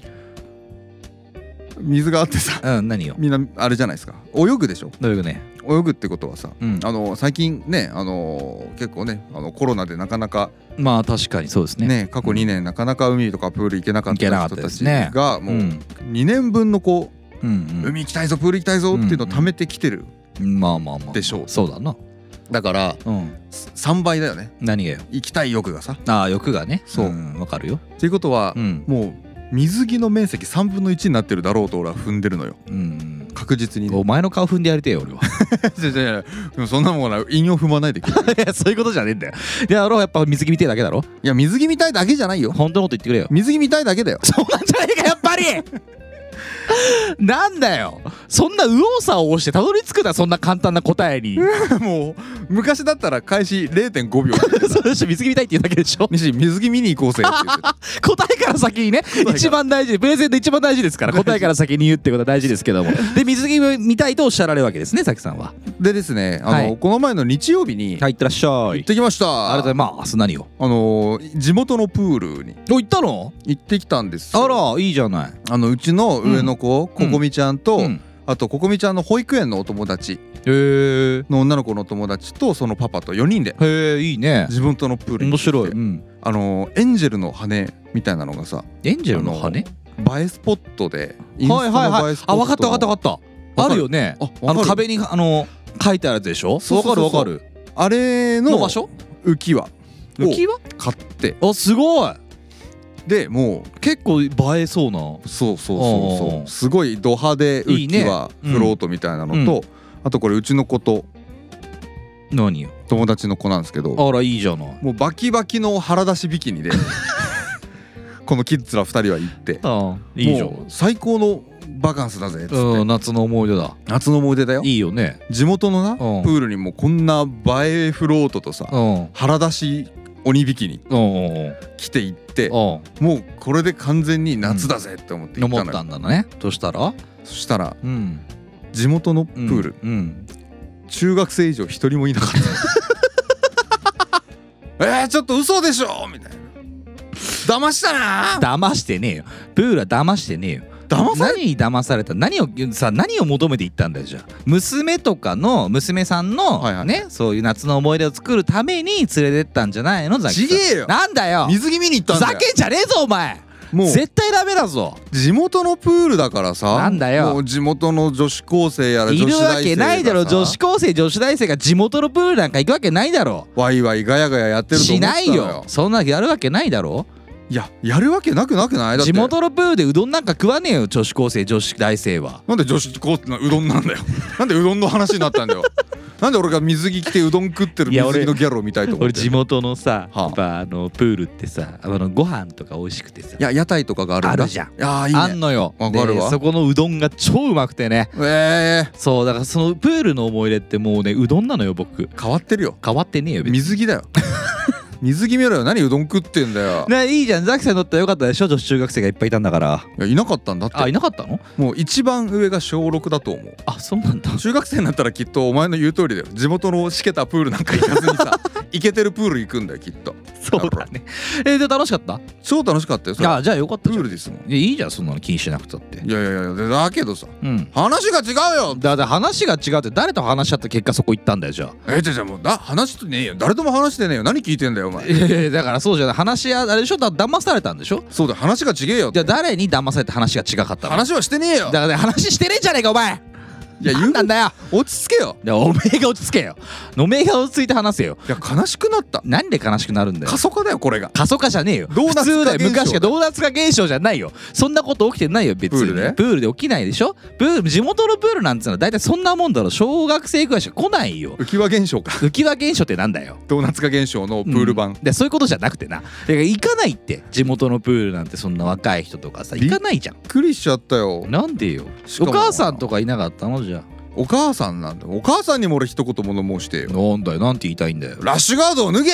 水があってさ、 何よ。 みんなあれじゃないですか、泳ぐでしょ。 どういうね。 泳ぐってことはさ、 うん最近ね、結構ねコロナでなかなかまあ確かにそうですね。 ね過去2年なかなか海とかプール行けなかっ行けなかったた人たちですねがもううん 2年分のこう、 うん海行きたいぞプール行きたいぞっていうのを貯めてきてるまあまあまあでしょう。 そうだな。 だからうん 3倍だよね、 何がよ。 行きたい欲がさ。 ああ欲がね。 そうんわかるよ。 っていうことは、 うんもう水着の面積3分の1になってるだろうと俺は踏んでるのよ、 うん確実にね。 お前の顔踏んでやりてえよ俺は。 違う違う違う、でもそんなもんな引用踏まないでくれ。 いやそういうことじゃねえんだよ。でやろう、やっぱ水着見てえだけだろ。 いや水着見たいだけじゃないよ、 本当のこと言ってくれよ。 水着見たいだけだよ。 そうなんじゃねえかやっぱり。なんだよ、そんな右往左往してたどり着くな、そんな簡単な答えに。 もう昔だったら開始 0.5 秒そうでしょ、水着見たいって言うだけでしょ。 西水着見に行こうぜって言ってた。 答えから先にね、一番大事、プレゼント一番大事ですから、答えから先に言うってことは大事ですけども。で水着見たいとおっしゃられるわけですね、さきさんは。 でですね、 はいこの前の日曜日にはい、いってらっしゃい。 行ってきました。 ありがとうございます。何を。 地元のプールにお、行ったの。 行ってきたんですよ。 あらいいじゃない。 うちの上の子、ここみちゃんと、 うんあとここみちゃんの保育園のお友達へえの女の子の友達とそのパパと4人でへえ、いいね。 地元のプールに面白い。 行ってうん。 エンジェルの羽みたいなのがさ、 エンジェルの羽。 映えスポットでインスタはいはいはいの映えス。ポットあ、わかったわかったわかった。あわかるるよね。 あわかる壁に書いてあるやつでしょ。 そうそうそうそうわかるわかる。 あれのの場所？ 浮き輪を浮き輪？ 買ってあ、すごい。 でも結構映えそうな。 うそうそうそうおーそうすごいド派手浮き輪いいねうんフロートみたいなのと、あとこれうちの子と何よ。 友達の子なんですけど、 あらいいじゃない。 もうバキバキの腹出しビキニでこのキッズら2人は行ってあ、いいじゃん。 もう最高のバカンスだぜっつって、 うん、夏の思い出だ。 夏の思い出だよ。 いいよね。 地元のな、 んプールにもこんな映えフロートとさ、 うん。 腹出し鬼ビキニうん。 着て行って、 うん。 もうこれで完全に夏だぜって思って行った思っのよ、 たんだね。そしたら。 そしたらうん。 地元のプール、 うん。 中学生以上一人もいなかったちょっと嘘でしょみたいな、騙したな騙してねえよ。プールは騙してねえよ。 騙され何に騙された。何を求めて行ったんだよ。じゃあ娘とかの娘さんの、 はいはいね、そういう夏の思い出を作るために連れてったんじゃないの。ザキさんちげえよなんだよ。 水着見に行ったふんだよ。 ざけんじゃねえぞお前。 もう絶対ダメだぞ。 地元のプールだからさ、 なんだよもう地元の女子高生やらい女子るわけ大生がさないだろ。女子高生女子大生が地元のプールなんか行くわけないだろ。 ワイワイガヤガヤやってると思しったのよ。 ないよ。そんなやるわけないだろ。 いややるわけなくないだって。 地元のプールでうどんなんか食わねえよ。女子高生女子大生は。 なんで女子高生のうどんなんだよなんでうどんの話になったんだよなんで俺が水着着てうどん食ってるいや水着のギャルを見たいと思って俺地元のさ、 はあやっぱプールってさ、ご飯とか美味しくてさ、 いや屋台とかがあるんだ。 あるじゃん。 いやーいいね。 あんのよ。 わかるわでそこのうどんが超うまくてね。そうだからそのプールの思い出ってもうねうどんなのよ僕。 変わってるよ。 変わってねえよ別に。 水着だよ水着見ろよ。何うどん食ってんだよ。 ねいいじゃん。ザキさんにとってはよかったでしょ。女子中学生がいっぱいいたんだから。 いやいなかったんだって。 あ、いなかったの？ もう一番上が小6だと思う。 あ、そうなんだ。 中学生になったらきっとお前の言う通りだよ。地元のしけたプールなんか行かずにさ行けてるプール行くんだよきっと。 そうだね。で楽しかった？ 超楽しかったよそれ。 あ、じゃあよかったじゃん。 プールですもん。 いやいいじゃんそんなの気にしなくたって。 いやいやいやだけどさうん。 話が違うよ。 だって話が違うって誰と話し合った結果そこ行ったんだよじゃあ。 じゃあもう話してねえよ。誰とも話してねえよ。何聞いてんだよお前。 いやいやだからそうじゃない。話あれでしょ。騙されたんでしょ。 そうだ話が違えよ。 じゃあ誰に騙されて話が違かったの？ 話はしてねえよ。 だから話してねえじゃねえかお前。 いやなんなんだよ。 落ち着けよ。 いやおめえが落ち着けよ。おめえが落ち着いて話せよ。 いや悲しくなった。 なんで悲しくなるんだよ。 過疎化だよこれが。 過疎化じゃねえよ。 ドーナツ化現象普通だよ。昔がドーナツ化現象じゃないよ。そんなこと起きてないよ別に。 プールで起きないでしょ。地元のプールなんつうのは大体そんなもんだろ。小学生くらいしか来ないよ。 浮き輪現象か。 浮き輪現象ってなんだよ。 ドーナツ化現象のプール版、 でそういうことじゃなくてな。だから行かないって地元のプールなんてそんな若い人とかさ行かないじゃん。 びっくりしちゃったよ。 なんでよ。おしかも母さんとかいなかったのじゃお母さんなんだ。お母さんにも俺一言物申してよ。 なんだよ。なんて言いたいんだよ。 ラッシュガードを脱げ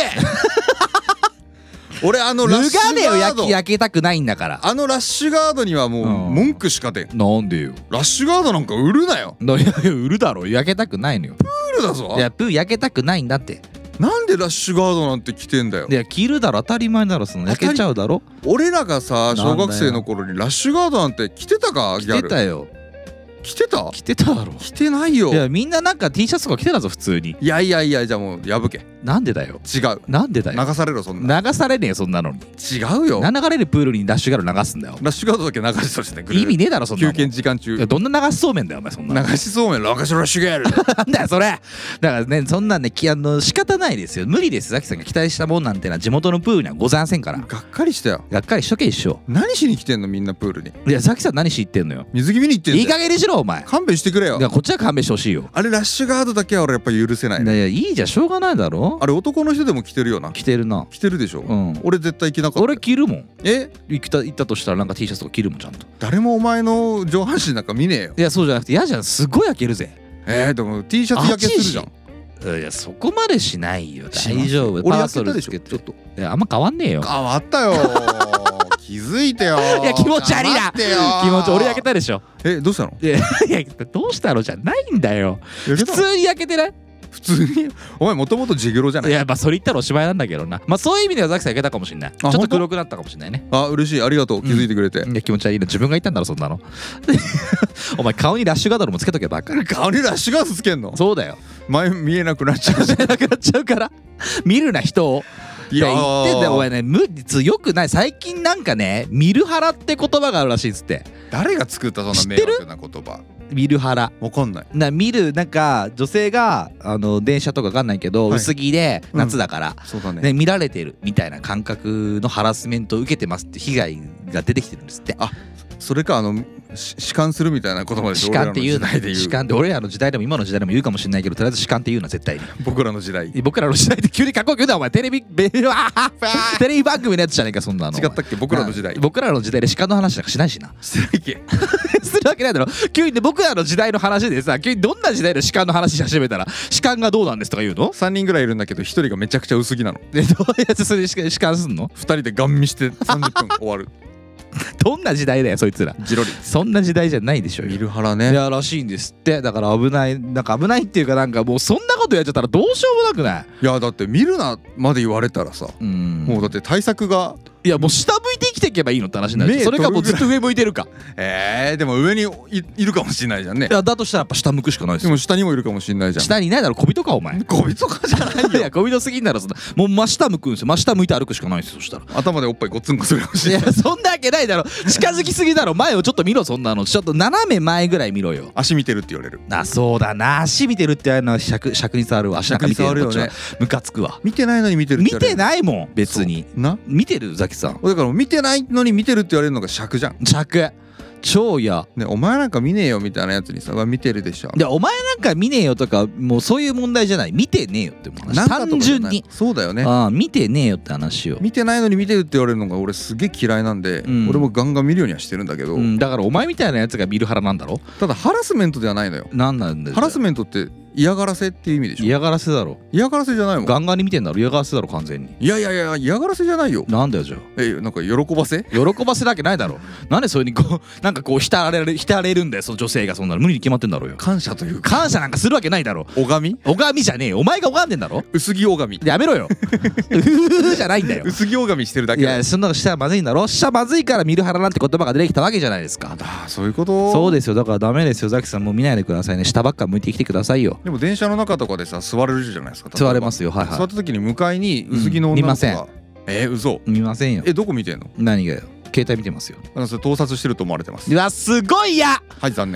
俺ラッ脱シュがねよ。 ガード焼けたくないんだから。 ラッシュガードにはもう文句しか出ん。 なんでよ。 ラッシュガードなんか売るなよ。 いや売るだろ。焼けたくないのよ。 プールだぞ。 いやプー焼けたくないんだって。 なんでラッシュガードなんて着てんだよ。 いや着るだろ。当たり前だろ。その焼けちゃうだろ。 俺らがさなんだよ小学生の頃にラッシュガードなんて着てたかギ着ャル。 てたよ。 着てた着てただろ。 着てないよ。 いやみんななんか T シャツとか着てたぞ普通に。 いやじゃあもう破け。 なんでだよ。 違う。 なんでだよ。 流されろそんな。 流されねえよそんなのに。 違うよ。 流れるプールにラッシュガード流すんだよ。 ラッシュガードだけ流しとしてくれる。 意味ねえだろそんなもん。 休憩時間中いやどんな流しそうめんだよお前そんなの。 流しそうめん流しラッシュガードなんだよそれ。だからねそんなんね仕方ないですよ。無理です。ザキさんが期待したもんなんてのは地元のプールにはございませんから。 がっかりしたよ。 がっかりしとけ一緒。 何しに来てんのみんなプールに。 いやザキさん何しに行ってんのよ。 水着見に行ってんだよ。 いい加減にしろお前。 勘弁してくれよい。やこっちは勘弁してほしいよ。 あれラッシュガードだけは俺やっぱ許せないね。 いやいいじゃんしょうがないだろ。 あれ男の人でも着てるよな。 着てるな。 着てるでしょ。 うん俺絶対着なかった。 俺着るもん。 え行ったとしたらなんか T シャツとか着るもんちゃんと。 誰もお前の上半身なんか見ねえよ。 いやそうじゃなくて嫌じゃん。すごい焼けるぜ。 でも T シャツ焼けするじゃん。 いやそこまでしないよ。 します大丈夫。 俺パー焼けたでしょソルつけてちょっと。 いやあんま変わんねえよ。 変わったよ気づいてよ。 いや気持ち悪いな。 黙ってよ気持ち俺焼けたでしょ。 どうしたの。 いやどうしたのじゃないんだよ。普焼けたの通に焼けてない。 普通にお前もともとジグロじゃないい。 やまあそれ言ったらおしまいなんだけどな。まあそういう意味ではザキさん焼けたかもしれない。ちょっと黒くなったかもしれないね。 嬉しい。ありがとう。気づいてくれて。 いや気持ち悪いな。自分が言ったんだろそんなの。お前顔にラッシュガードルもつけとけばっか。 顔にラッシュガードつけんの。 そうだよ。 前見えなくなっちゃう。 じゃなくなっちゃうから見るな人を。いや言ってんだよお前ね。よくない。最近なんかね見るハラって言葉があるらしいっつって。 誰が作ったそんな迷惑な言葉。 見るハラ。 わかんない。 見るなんか女性が電車とかわかんないけど、 はい薄着で夏だから、 そうだね。 ね、見られてるみたいな感覚のハラスメントを受けてますって被害が出てきてるんですって。 それか弛緩するみたいな言葉でしょ。 弛緩って言うな。 俺らの時代で言う弛緩って俺らの時代でも今の時代でも言うかもしれないけど、とりあえず弛緩って言うな絶対に。 僕らの時代。 僕らの時代で急にかっこよく言うなお前。テレビ番組のやつじゃねえかそんなの。 違ったっけ僕らの時代。 僕らの時代で弛緩の話なんかしないしな。 してないっけ。 するわけないだろ。急にね僕らの時代の話でさ、急にどんな時代の弛緩の話し始めたら弛緩がどうなんですとか言うの。 3人ぐらいいるんだけど1人がめちゃくちゃ薄着なの。 でどうやってそれで弛緩すんの。 2人でガン見して30分終わる。 どんな時代だよそいつら。 ジロリ。 そんな時代じゃないでしょ見よ。 るハラね。 いやらしいんですって。だから危ない。なんか危ないっていうかなんかもうそんなことやっちゃったらどうしようもなくない。 いやだって見るなまで言われたらさ、もうだって対策が。 いやもう下向いて生きていけばいいのって話になる。 目それかもうずっと上向いてるか。 でも上にいるかもしれないじゃんね。 いやだとしたらやっぱ下向くしかないですよ。 でも下にもいるかもしれないじゃん。 下にいないだろ。小人かお前。 小人かじゃないいや小人すぎんだろそんな。もう真下向くんですよ。真下向いて歩くしかないですよそしたら。 頭でおっぱいゴツンゴツンかもしいれない。 やそんなわけないだろ。近づきすぎだろ。前をちょっと見ろそんなの。ちょっと斜め前ぐらい見ろよ。 足見てるって言われる。 そうだな。足見てるって言われるのは尺に触るわ。足なんか見てる尺に触るよね。 こっちはムカつくわ。 見てないのに見てるって見言われる。 てないもん別に。 な見てるザキさん。 だから見てないのに見てるって言われるのが尺じゃん尺超嫌。 ね。お前なんか見ねえよみたいなやつにさ見てるでしょ。 でお前なんか見ねえよとかもうそういう問題じゃない。見てねえよって話。 なんかとか単じゃない純に。 そうだよね。 見てねえよって話を。 見てないのに見てるって言われるのが俺すげえ嫌いなんで、 ん俺もガンガン見るようにはしてるんだけど、 だからお前みたいなやつが見る腹なんだろ。 ただハラスメントではないのよ。 なんなんだよ。 ハラスメントって嫌がらせっていう意味でしょ。 嫌がらせだろ。 嫌がらせじゃないもん。 ガンガンに見てんだろ。嫌がらせだろ完全に。 いや嫌がらせじゃないよ。 なんだよじゃあ。 なんか喜ばせ喜ばせだけないだろ。なんでそういうにこうなんかこう浸れるんだよその女性が。そんなの無理に決まってんだろうよ。 感謝というか感謝なんかするわけないだろ。 拝み拝みじゃねえよ。お前が拝んでんだろ。 薄着拝みやめろよ。うふじゃないんだよ。 薄着拝みしてるだけだよ。 いやそんなのしたらまずいんだろ。したらまずいから見る腹なんて言葉が出てきたわけじゃないですか。 そういうこと。 そうですよ。だからダメですよザキさん。もう見ないでくださいね。下ばっか向いてきてくださいよ。 でも電車の中とかでさ座れるじゃないですか。 座れますよ。はいは座った時に向かいに薄着の女の子が、嘘。 い。見ませんよ。 どこ見てんの。 何がよ。携帯見てますよ。 それ盗撮してると思われてます。 うわすごいや。 はい残念。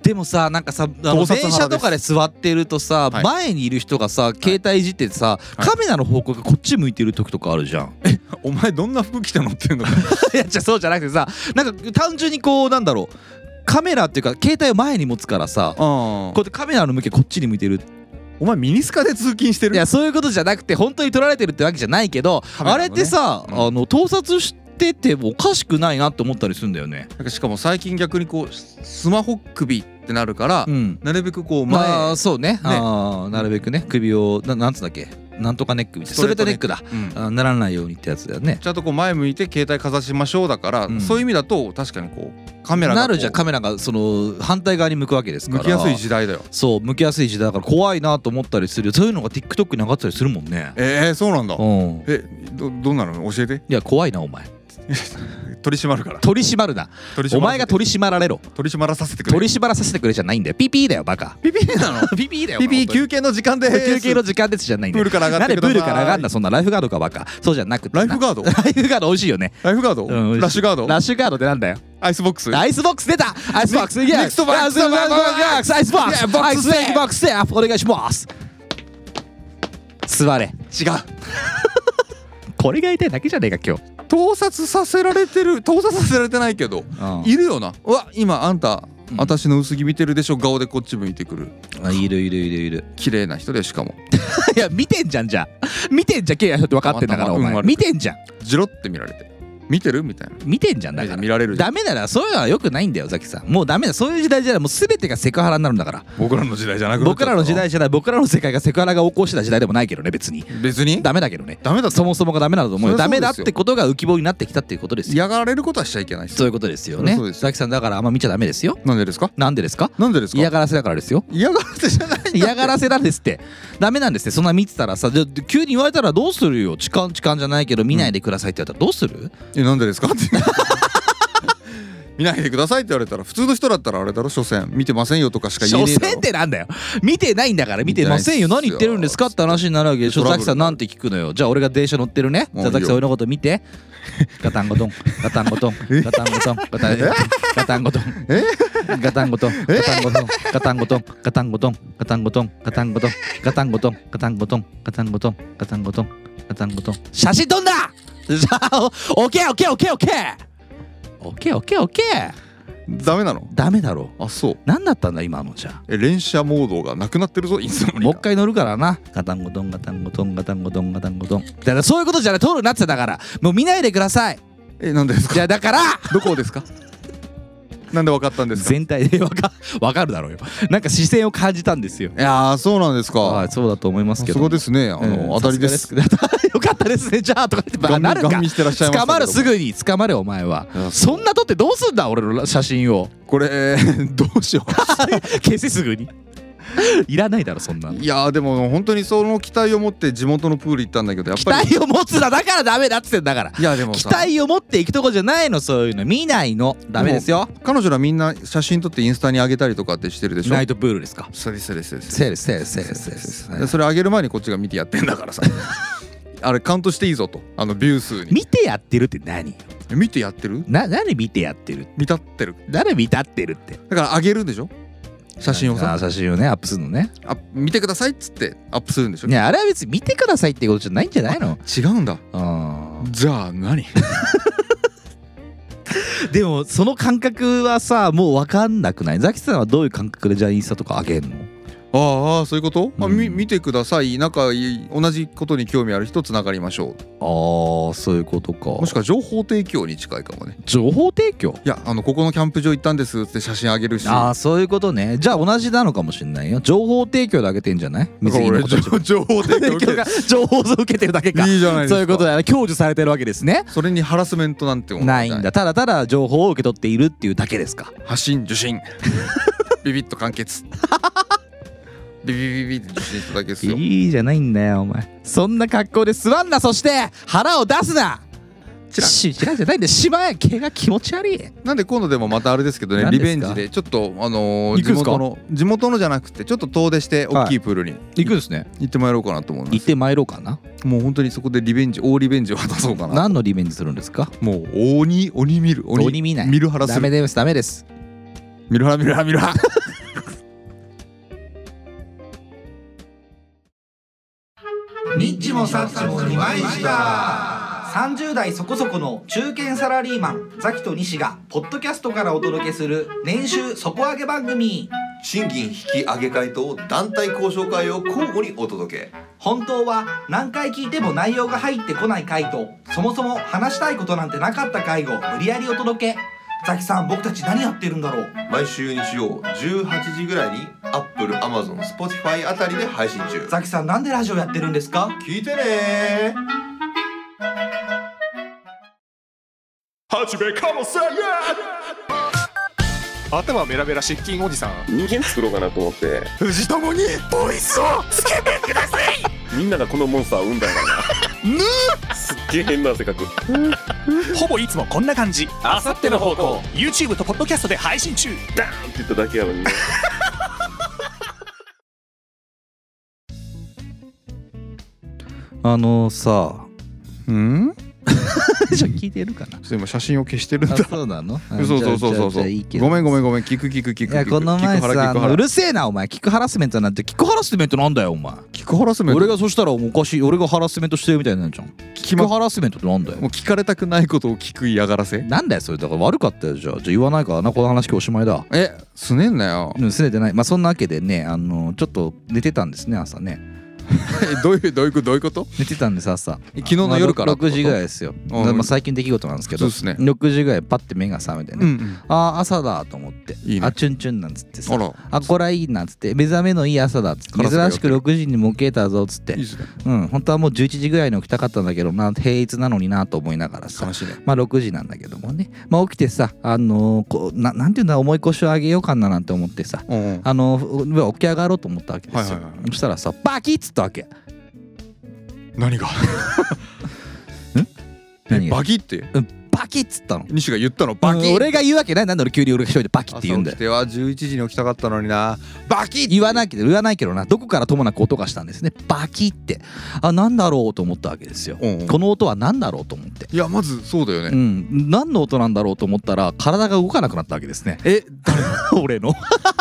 でもさなんかさ盗撮派です電車とかで座ってるとさ、 はい前にいる人がさ携帯いじっててさ、カメラの方向がこっち向いてる時とかあるじゃん。 お前どんな服着て乗ってんのかいやじゃそうじゃなくてさなんか単純にこうなんだろうカメラっていうか携帯を前に持つからさこうやってカメラの向きこっちに向いてる。 お前ミニスカで通勤してる。 いやそういうことじゃなくて本当に撮られてるってわけじゃないけど、 カメラのねあれってさ、盗撮しててもおかしくないなって思ったりするんだよね。 なんかしかも最近逆にこうスマホ首ってなるから、 うんなるべくこう前、 まあそうねなるべくね首をなんつうんだっけなんとかネックみたいなストレートネックだ、ならないようにってやつだよね。 ちゃんとこう前向いて携帯かざしましょうだから、そういう意味だと確かにこうカメラがなるじゃん。カメラがその反対側に向くわけですから向きやすい時代だよ。 そう向きやすい時代だから怖いなと思ったりする。そういうのが TikTok に上がってたりするもんね。 そうなんだ。 うんどんなの教えて。 いや怖いなお前取り締まるから。 取り締まるな。お前が取り締まられろ。 取り締まらさせてくれ。 取り締まらさせてくれじゃないんだよ。ピピーだよバカ。 ピピーなのピピーだよ。 ピピー休憩の時間で休憩の時間ですじゃないんだよ。 プールから上がってください。 なんでプールから上がんなそんなライフガードかバカ。そうじゃなくてライフガードライフガード美味しいよね。 ライフガード、 うんラッシュガードラッシュガードってなんだよ。 アイスボックスアイスボックス出た。アイスボックスネクストボックスアイスボックスアイスボックスアイスボックスお願いします。座れ。 違う。 これが言いたいだけじゃねえか今日。 盗撮させられてる。盗撮させられてないけど、いるよな。うわ今あんた、私の薄着見てるでしょ顔でこっち向いてくる。 いるいるいるいる。 綺麗な人でしかもいや見てんじゃんじゃあ見てんじゃん。綺麗な人って分かってんだからお前見てんじゃん。 ジロって見られて見てるみたいな。 見てんじゃんだから見られるじゃん。 ダメだな。そういうのはよくないんだよザキさん。もうダメだ。そういう時代じゃない。もう全てがセクハラになるんだから。 僕らの時代じゃなく僕らの時代じゃない。僕らの世界がセクハラが横行してた時代でもないけどね別にダメだけどね。 ダメだ。 そもそもがダメなんだと思うよ。 そりゃそうですよダメだってことが浮き彫りになってきたっていうことですよ。 嫌がられることはしちゃいけないです。 そういうことですよね。ザキさんだからあんま見ちゃダメですよ。 なんでですか。 なんでですか。 なんでですか。 嫌がらせだからですよ。 嫌がらせじゃない。 嫌がらせなんですって。ダメなんですって。そんな見てたらさ急に言われたらどうするよ。痴漢じゃないけど見ないでくださいって言われたらどうする。 なんでですかって見ないでくださいって言われたら普通の人だったらあれだろ。所詮見てませんよとかしか言えねえだろ。 所詮ってなんだよ。見てないんだから見てませんよ。何言ってるんですかって話になるわけでしょ。ザキさんなんて聞くのよ。じゃあ俺が電車乗ってるね。じゃあザキさん俺のこと見て。ガタンゴトンガタンゴトンガタンゴトンガタンゴトンガタンゴトンガタンゴトンガタンゴトンガタンゴトンガタンゴトンガタンゴトンガタンゴトンガタンゴトンガタンゴトンガタンゴトンガタンゴトン写真撮んだ。じゃあオッケーオッケーオッケーオッケーオッケーオッケーオッケー。 ダメなの。 ダメだろ。 あそう。 何だったんだ今のじゃあ。 連射モードがなくなってるぞいつの間にか。 もう一回乗るからな。ガタンゴトンガタンゴトンガタンゴトンガタンゴトン。だからそういうことじゃない。撮るなってだからもう見ないでください。 なんでですか。 じゃあだからどこですか。なんでわかったんですか。 全体でわかるだろうよ。なんか視線を感じたんですよ。 いやーそうなんですか。 はいそうだと思いますけど。 そうですね。当たりです。 よかったですね。じゃあとか言ってなるか。 ガン見してらっしゃいましたけど。 捕まるすぐに捕まれお前は。そんな撮ってどうすんだ俺の写真を。 これどうしよう。 消せすぐに。いらないだろそんなの。 いやーでも本当にその期待を持って地元のプール行ったんだけどやっぱり期待を持つな。だからダメだっつってんだから。 いやでも期待を持っていくとこじゃないの。そういうの見ないのダメですよ。 彼女らみんな写真撮ってインスタに上げたりとかってしてるでしょ。 ナイトプールですか。 そうですそうですそうですそうですそうですそうです。 それ上げる前にこっちが見てやってんだからさあれカウントしていいぞとビュー数に。 見てやってるって何。 見てやってる。 何見てやってる。 見たってる。 誰見たってるって。 だから上げるんでしょ写真をさ。 写真をねアップするのね。 見てくださいっつってアップするんでしょ。 いやあれは別に見てくださいってことじゃないんじゃないの。 違うんだ。じゃあ何でもその感覚はさもう分かんなくない。ザキさんはどういう感覚でじゃあインスタとか上げんの。 ああそういうこと、見てください。仲いい同じことに興味ある人つながりましょう。 ああそういうことか。 もしくは情報提供に近いかもね。 情報提供。 いやここのキャンプ場行ったんですって写真あげるし。 ああそういうことね。じゃあ同じなのかもしれないよ。情報提供であげてんじゃない。 情報提供が情報を受けてるだけか。 いいじゃないですか。 そういうことだよ。享受されてるわけですね。 それにハラスメントなんてもないんだ。ただただ情報を受け取っているっていうだけですか。 発信受信ビビッと完結ビビビビって受信しただけですよ。 いいじゃないんだよお前。そんな格好で座んな。そして腹を出すな。チラじゃないんだよ。しまえ。毛が気持ち悪い。 なんで今度でもまたあれですけどねリベンジでちょっと地元のじゃなくてちょっと遠出して大きいプールに行くんですね。 行ってまいろうかなと思います。 行ってまいろうかな。 もう本当にそこで大リベンジを果たそうかな。 何のリベンジするんですか。 もう鬼見る鬼見ない。 見るハラする。 ダメですダメです。 見るハラもさっちも二枚舌。30代そこそこの中堅サラリーマンザキと西がポッドキャストからお届けする年収底上げ番組。 賃金引き上げ会と団体交渉会を交互にお届け。 本当は何回聞いても内容が入ってこない回と、そもそも話したいことなんてなかった回を無理やりお届け。ザキさん、僕たち何やってるんだろう。 毎週日曜18時ぐらいに Apple、Amazon、Spotify あたりで配信中。 ザキさん、なんでラジオやってるんですか？ 聞いてねー。はじめかもせや。 頭メラメラ失禁おじさん。 人間作ろうかなと思って。 藤友にボイスをつけてください。 みんながこのモンスターを生んだんだな。すっげえ変な性格。 ほぼいつもこんな感じ。あさっての方向 YouTube とポッドキャストで配信中。 ダーンって言っただけやのにね。 さうんちょ聞いてるかな。 ちょっと今写真を消してるんだ。 そうなの？ そうじゃあいいけど。 ごめん聞くいや、この前さ、うるせえなお前。聞くハラスメントなんて。聞くハラスメントなんだよお前。 聞くハラスメント。 俺がそしたらおかしい。俺がハラスメントしてるみたいになるじゃん。聞くハラスメントってなんだよ。 もう聞かれたくないことを聞く嫌がらせ。 なんだよそれ。だから悪かったよ。じゃあ言わないからな。この話今日おしまいだ。 すねんなよ。 すねてない。まあそんなわけでね、ちょっと寝てたんですね、朝ね。 どういうこと？ 寝てたんです朝。 昨日の夜から 6時ぐらいですよ。まあ最近出来事なんですけど、6時ぐらいパッて目が覚めてね、あ朝だと思って、あチュンチュンなんつってさ、あこれはいいなっつって、目覚めのいい朝だっつって、珍しく6時にもけたぞっつって、本当はもう11時ぐらいに起きたかったんだけどな、平日なのになと思いながらさ、まあ6時なんだけどもね、まあ起きてさ、なんていうんだ、重い腰を上げようかななんて思ってさ、起き上がろうと思ったわけですよ。そしたらさ、バキッつったわけ。 何がバキって、 バキッつったの。 西が言ったの。バキ、 俺が言うわけない。なんで俺急に俺が一人でバキって言うんだよ。 朝起きては11時に起きたかったのにな。バキ言わないけどな。どこからともなく音がしたんですね。バキって。なんだろうと思ったわけですよ。この音は何だろうと思って。 いやまずそうだよね。 何の音なんだろうと思ったら体が動かなくなったわけですね。俺の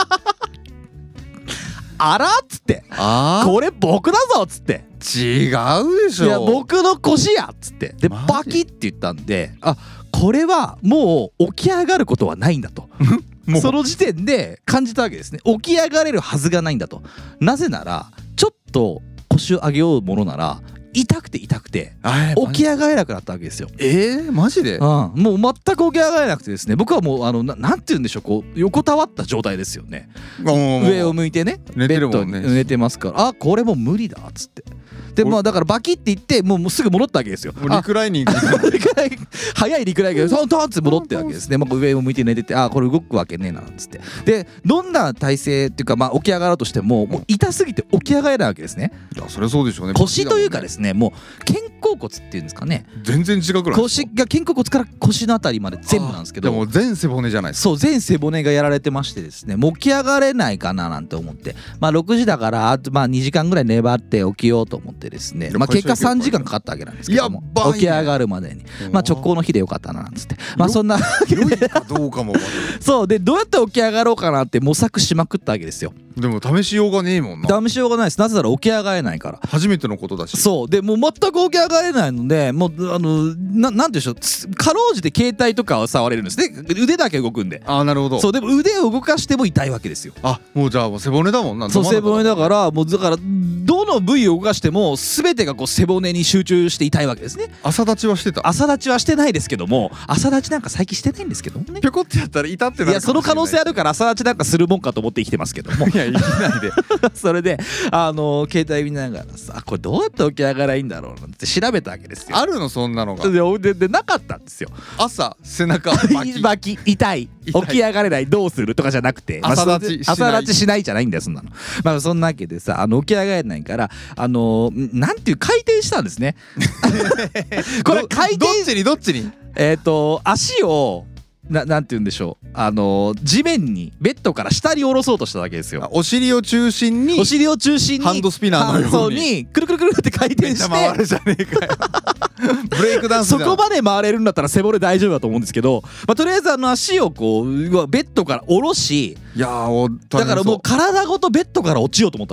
あらっつって、これ僕だぞっつって、 違うでしょ、 いや僕の腰やっつって、でバキって言ったんで、これはもう起き上がることはないんだとその時点で感じたわけですね。起き上がれるはずがないんだと。なぜならちょっと腰を上げようものなら痛くて起き上がれなくなったわけですよ。 マジで？ もう全く起き上がれなくてですね、僕はもうなんて言うんでしょう、こう横たわった状態ですよね。上を向いてね、 寝てるもんね。 ベッドに寝てますから、これもう無理だっつって。でまあだからバキって言ってもうすぐ戻ったわけですよ。 リクライニング早いリクライニングでトントンって戻ってわけですね。上を向いて寝てて、これ動くわけねえなっつって、でどんな体勢っていうか、起き上がろうとしてももう痛すぎて起き上がれないわけですね。 いやそれそうでしょうね。 腰というかですね、もう肩甲骨っていうんですかね、 全然違くない？ 腰が肩甲骨から腰のあたりまで全部なんですけど、 でも全背骨じゃないですか。 そう、全背骨がやられてましてですね、もう起き上がれないかななんて思って、6時だからあと2時間ぐらい粘って起きようと思ってですね、結果3時間かかったわけなんですけども、起き上がるまでに直行の日でよかったななんつって、そんなどうかもそうで、どうやって起き上がろうかなって模索しまくったわけですよ。 でも試しようがねえもんな。 試しようがないです。なぜなら起き上がれないから。 初めてのことだし。 そうで、もう全く起き上がれないので、もうなんていうんでしょう、かろうじて携帯とかは触れるんですね。腕だけ動くんで。 なるほど。 そうでも腕を動かしても痛いわけですよ。 もうじゃあ背骨だもんな。 そう、背骨だから、もうだからどの部位を動かしても全てがこう背骨に集中して痛いわけですね。 朝立ちはしてた？ 朝立ちはしてないですけども、朝立ちなんか最近してないんですけどもね。 ぴょこってやったら痛ってなるかもしれない。 いや、その可能性あるから朝立ちなんかするもんかと思って生きてますけども。 いや生きないでそれで携帯見ながらさ、これどうやって起き上がらいいんだろうなんて調べたわけですよ。 あるのそんなのが。 でなかったんですよ。 朝背中バキ痛い起き上がれないどうするとかじゃなくて、 朝立ちしないじゃないんだよそんなの。そんなわけでさ、起き上がれないからなんていう回転したんですね。これ回転どっちに足をなんて言うんでしょう、地面にベッドから下に下ろそうとしたわけですよ。 お尻を中心にハンドスピナーのようにくるくるくるって回転して回るじゃねえかよブレイクダンスじゃん。 そこまで回れるんだったら背骨大丈夫だと思うんですけど、とりあえず足をこうベッドから下ろし、 いやだからもう体ごとベッドから落ちようと思ったの。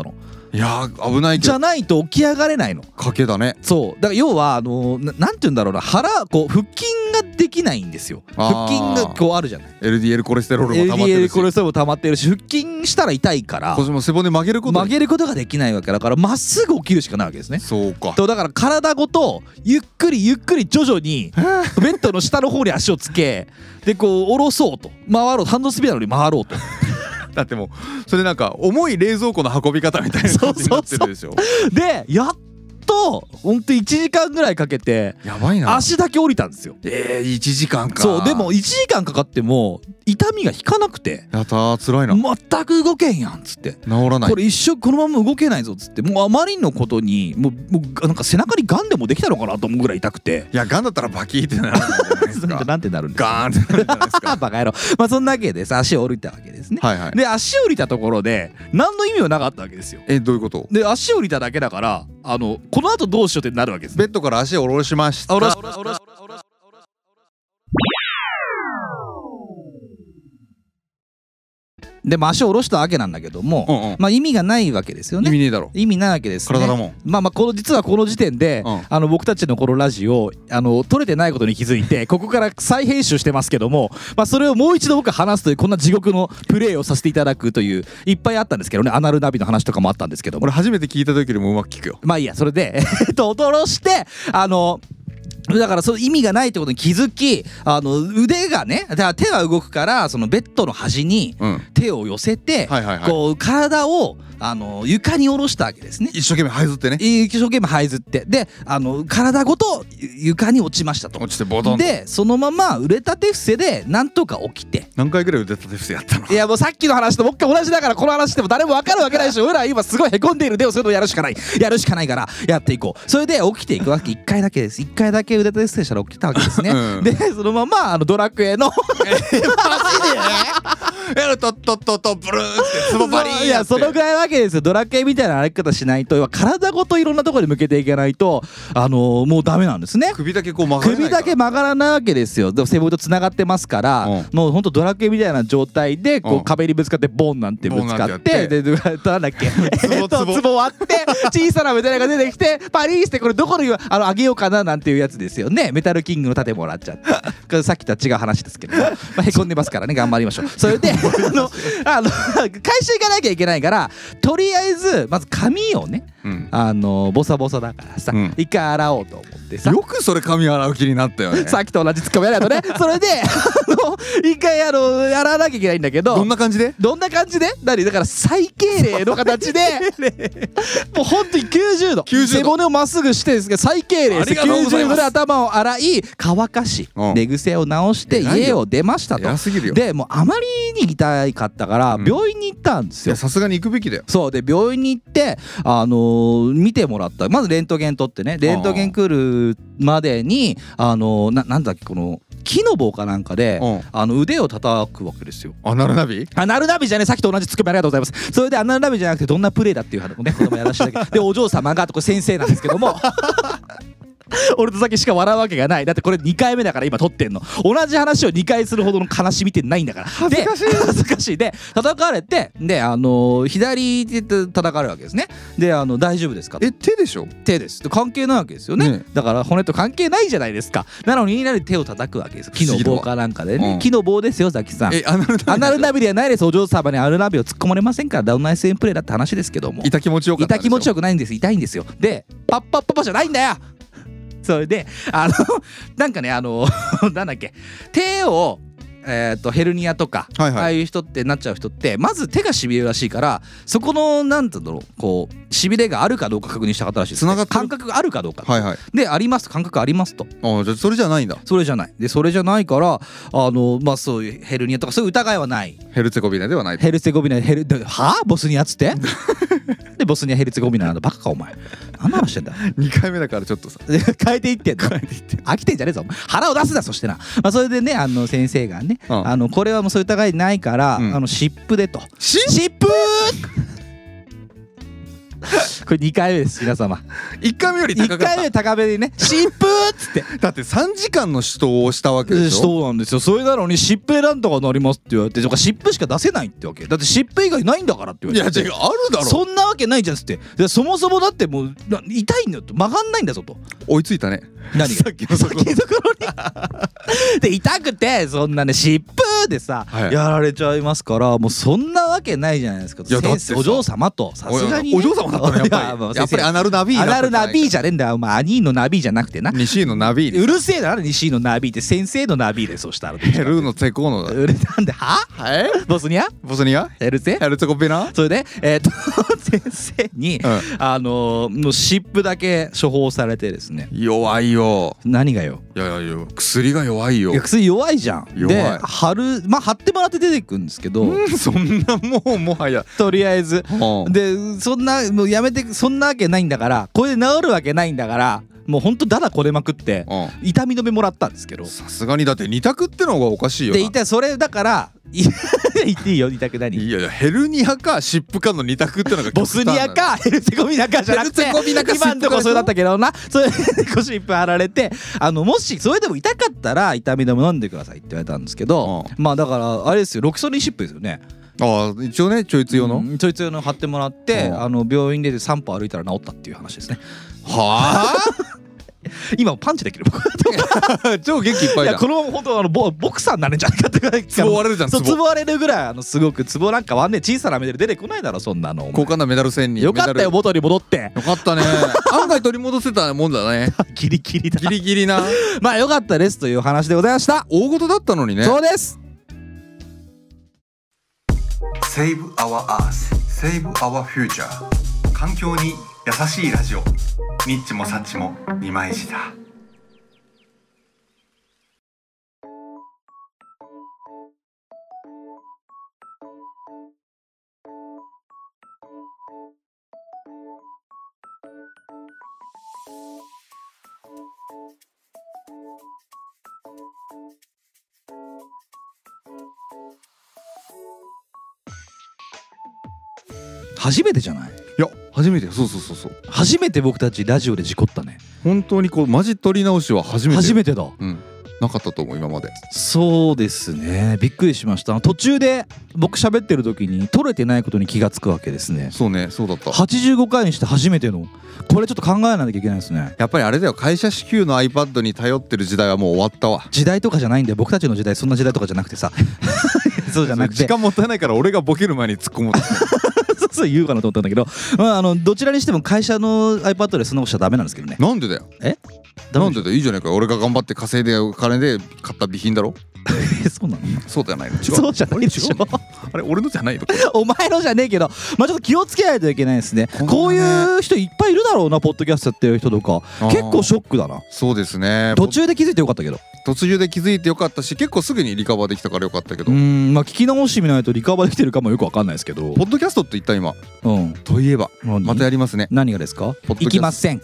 いやー危ないけどじゃないと起き上がれないの。 賭けだね。 そうだから要はなんて言うんだろうな、こう腹筋ができないんですよ。腹筋がこうあるじゃない。 LDL コレステロールも溜まってる LDL しコレステロールも溜まってるし、腹筋したら痛いから腰も背骨曲げること曲げることができないわけだから、まっすぐ起きるしかないわけですね。 そうか。 だから体ごとゆっくり徐々にベッドの下の方に足をつけ、でこう下ろそうと回ろう、ハンドスピナーのように回ろうとだってもうそれなんか重い冷蔵庫の運び方みたいな感じになってるでしょ。 でやっとほんと1時間ぐらいかけてやばいな。 足だけ降りたんですよ。 1時間か。 そうでも1時間かかっても痛みが引かなくて、 やったー辛いな。 全く動けんやんっつって、 治らない。 これ一生このまま動けないぞっつって、もうあまりのことにもうなんか背中にガンでもできたのかなと思うぐらい痛くて、 いやガンだったらバキーってなるんじゃないですか。 なんてなるんですか。 ガーンってなるじゃないですか。 バカ野郎。まあそんなわけでさ、足を降りたわけですね。 はいはい。 で足を降りたところで何の意味もなかったわけですよ。 どういうこと？ で足を降りただけだからこの後どうしようってなるわけですね。 ベッドから足を下ろしました。 下ろしでも足を下ろしたわけなんだけども、 うんうんまあ意味がないわけですよね。 意味ねえだろ。 意味ないわけですね。 体だもん。 まあ実はこの時点で、僕たちのこのラジオ撮れてないことに気づいてここから再編集してますけども、まあそれをもう一度僕は話すというこんな地獄のプレイをさせていただくという、いっぱいあったんですけどね、アナルナビの話とかもあったんですけども、 俺初めて聞いた時よりもうまく聞くよ。 まあいいや、それで下ろしてだからその意味がないってことに気づき、腕がね、だから手は動くからそのベッドの端に手を寄せて、こう体を床に下ろしたわけですね。 一生懸命這いずってね。 一生懸命這いずって、で体ごと床に落ちましたと。 落ちてボトン。 でそのまま腕立て伏せでなんとか起きて。 何回ぐらい腕立て伏せやったの？ いやもうさっきの話ともう一回同じだから、この話しても誰も分かるわけないでしょ。俺ら今すごいへこんでいる。でもそれをやるしかないからやっていこう。それで起きていくわけ。1回だけです。1回だけ腕立て伏せしたら起きたわけですね、でそのままドラクエのマジでとっとっとっとブルーンってつぼバリーンやって。 いやそのぐらいわけですよ。ドラクエみたいな歩き方しないと、体ごといろんなところに向けていけないともうダメなんですね。 首だけこう曲がらないから。 首だけ曲がらないわけですよ。でも背骨とつながってますから、もうほんとドラクエみたいな状態でこう壁にぶつかってボンなんてぶつかって、でなんだっけつぼ割って小さなメダルが出てきてパリーして、これどこにあげようかななんていうやつですよね。メタルキングの盾もらっちゃって、これさっきとは違う話ですけど、まあ、へこんでますからね、頑張りましょう。それで回収行かなきゃいけないから、とりあえずまず髪をね、ボサボサだからさ、一回洗おうと思ってさ。 よくそれ髪洗う気になったよね。 さっきと同じツッコミやるとね。それで一回洗わなきゃいけないんだけど、 どんな感じで何だから最敬礼の形でもうほんとに90度背骨をまっすぐしてですけど、最敬礼して90度で頭を洗い乾かし、寝癖を直して家を出ましたと。でもうあまりに痛かったから病院に行ったんですよ。 さすがに行くべきだよ。 そうで病院に行って見てもらった。まずレントゲン取ってね、レントゲン来るまでになんだっけ、この木の棒かなんかで腕を叩くわけですよ。 アナルナビじゃね、さっきと同じツッコミありがとうございます。それでアナルナビじゃなくてどんなプレイだっていう話をね、子供やらせてだけでお嬢様がこれ先生なんですけども俺とさっきしか笑うわけがない。だってこれ2回目だから今撮ってんの。同じ話を2回するほどの悲しみってないんだから。恥ずかしい。で叩かれて、で左手で叩かれるわけですね。で大丈夫ですか？ 手でしょ？ 手です。関係ないわけですよね。だから骨と関係ないじゃないですか。なのに手を叩くわけですよ。木の棒かなんかでね。木の棒ですよ、ザキさん。アナルナビではないです。お嬢様にアナルナビを突っ込まれませんから、どんな SM プレイだって話ですけども。 痛気持ちよかったんでしょ？ 痛気持ちよくないんです。痛いんですよ。でパッパッパッパじゃないんだよ。それでなんかねなんだっけ、手をヘルニアとか、ああいう人ってなっちゃう人ってまず手がしびれるらしいから、そこのなんていうんだろう、こうしびれがあるかどうか確認したかったらしいです、ね、感覚があるかどうか、であります、感覚ありますと。 じゃあそれじゃないんだ。 それじゃないで、それじゃないからまあそういうヘルニアとかそういう疑いはない。 ヘルツェゴビナではない。 ヘルツェゴビナボスニアっつってでボスニアヘルツェゴビナなんだ、バカかお前、何の話してんだ 2回目だからちょっとさ変えていってんの飽きてんじゃねえぞお前、腹を出すな。そしてな、まあ、それでね先生がね、これはもうそういう疑いないから、湿布でと。湿布これ2回目です皆様。 1回目より高か 1 った。 回目高めでね湿布っつってだって3時間の死闘をしたわけでしょ。 そうなんですよ。それなのに湿布なんとかなりますって言われて、とか湿布しか出せないってわけだって、湿布以外ないんだからって言われて、 いや違う、あるだろ。 そんなわけないじゃんっつって、でそもそもだってもう痛いんだよと、曲がんないんだぞと。 追いついたね。 何がさっきのそこさっきのところにで痛くてそんなね湿布でさ、 はいやられちゃいますから、もうそんなわけないじゃないですか。 いやだってさお嬢様とさすがに、ね、 お嬢様だったのやっぱり。やっぱりアナルナビーアナルナビーー。 じゃねえんだよお前。アニーのナビーじゃなくてな、 西のナビー。 うるせえな、西のナビーって先生のナビーで、そしたらヘルーのツェコーノだ。 なんでははい。 ボスニアボスニアヘルセヘルツェゴビナ。 それで先生に、もう湿布だけ処方されてですね。 弱いよ。 何がよ。 いや薬が弱いよ。 いや薬弱いじゃん。 弱いで貼ってもらって出てくんですけど、 そんなもはや。 とりあえずうんでそんなもうやめて、そんなわけないんだから、これで治るわけないんだから、もうほんとだだこねまくって痛み止めもらったんですけど、 さすがにだって二択ってのがおかしいよな。 でそれだから言っていいよ、二択何。 いやヘルニアか湿布かの二択ってのがボスニアかヘルツェゴビナかじゃなくて、 ヘルツェゴビナか今んとこそれだったけどな、それで湿布貼られて、もしそれでも痛かったら痛み止め飲んでくださいって言われたんですけど、まあだからあれですよ、ロキソニン湿布ですよね。 ああ一応ねちょいつ用の、 ちょいつ用の貼ってもらって、病院で3歩歩いたら治ったっていう話ですね。 はあ今パンチできる僕超元気いっぱいじゃん。 いやこのまま本当ボクサーになれんじゃないかってぐらいツボ割れるじゃん。 そうツボ割れるぐらいすごくツボなんか割んねえ、小さなメダル出てこないだろそんなの。 高価なメダル戦によかったよ元に戻ってよかったね案外取り戻せたもんだねギリギリだギリギリなまあよかったですという話でございました。 大事だったのにね。 そうです。 Save our earth, save our future 環境に優しいラジオ、ニッチもサッチも二枚舌。 初めてじゃない？ いや初めて。そう初めて僕たちラジオで事故ったね。 本当にこうマジ取り直しは初めて。 初めてだ。 うんなかったと思う今まで。 そうですね、びっくりしました。途中で僕喋ってる時に撮れてないことに気がつくわけですね。 そうねそうだった。 85回にして初めてのこれちょっと考えなきゃいけないですね。 やっぱりあれだよ、会社支給の iPad に頼ってる時代はもう終わったわ。 時代とかじゃないんで、僕たちの時代そんな時代とかじゃなくてさそうじゃなくて時間もったいないから俺がボケる前に突っ込もうとそう言うかなと思ったんだけど、どちらにしても会社の iPad でそんなことしちゃダメなんですけどね。 なんでだよ。なんでだよ。いいじゃないか。俺が頑張って稼いで金で買った備品だろそうなの？ そうじゃないの。違う。 そうじゃないでしょ。 あれ俺のじゃないのお前のじゃねえけど、まあちょっと気をつけないといけないですね。こういう人いっぱいいるだろうな、ポッドキャストやってる人とか。結構ショックだな。 そうですね。 途中で気づいてよかったけど。 途中で気づいてよかったし、結構すぐにリカバーできたからよかったけど。 まあ聞き直してみないとリカバーできてるかもよくわかんないですけど。 ポッドキャストって言った今。といえばまたやりますね。 何がですか？行きません。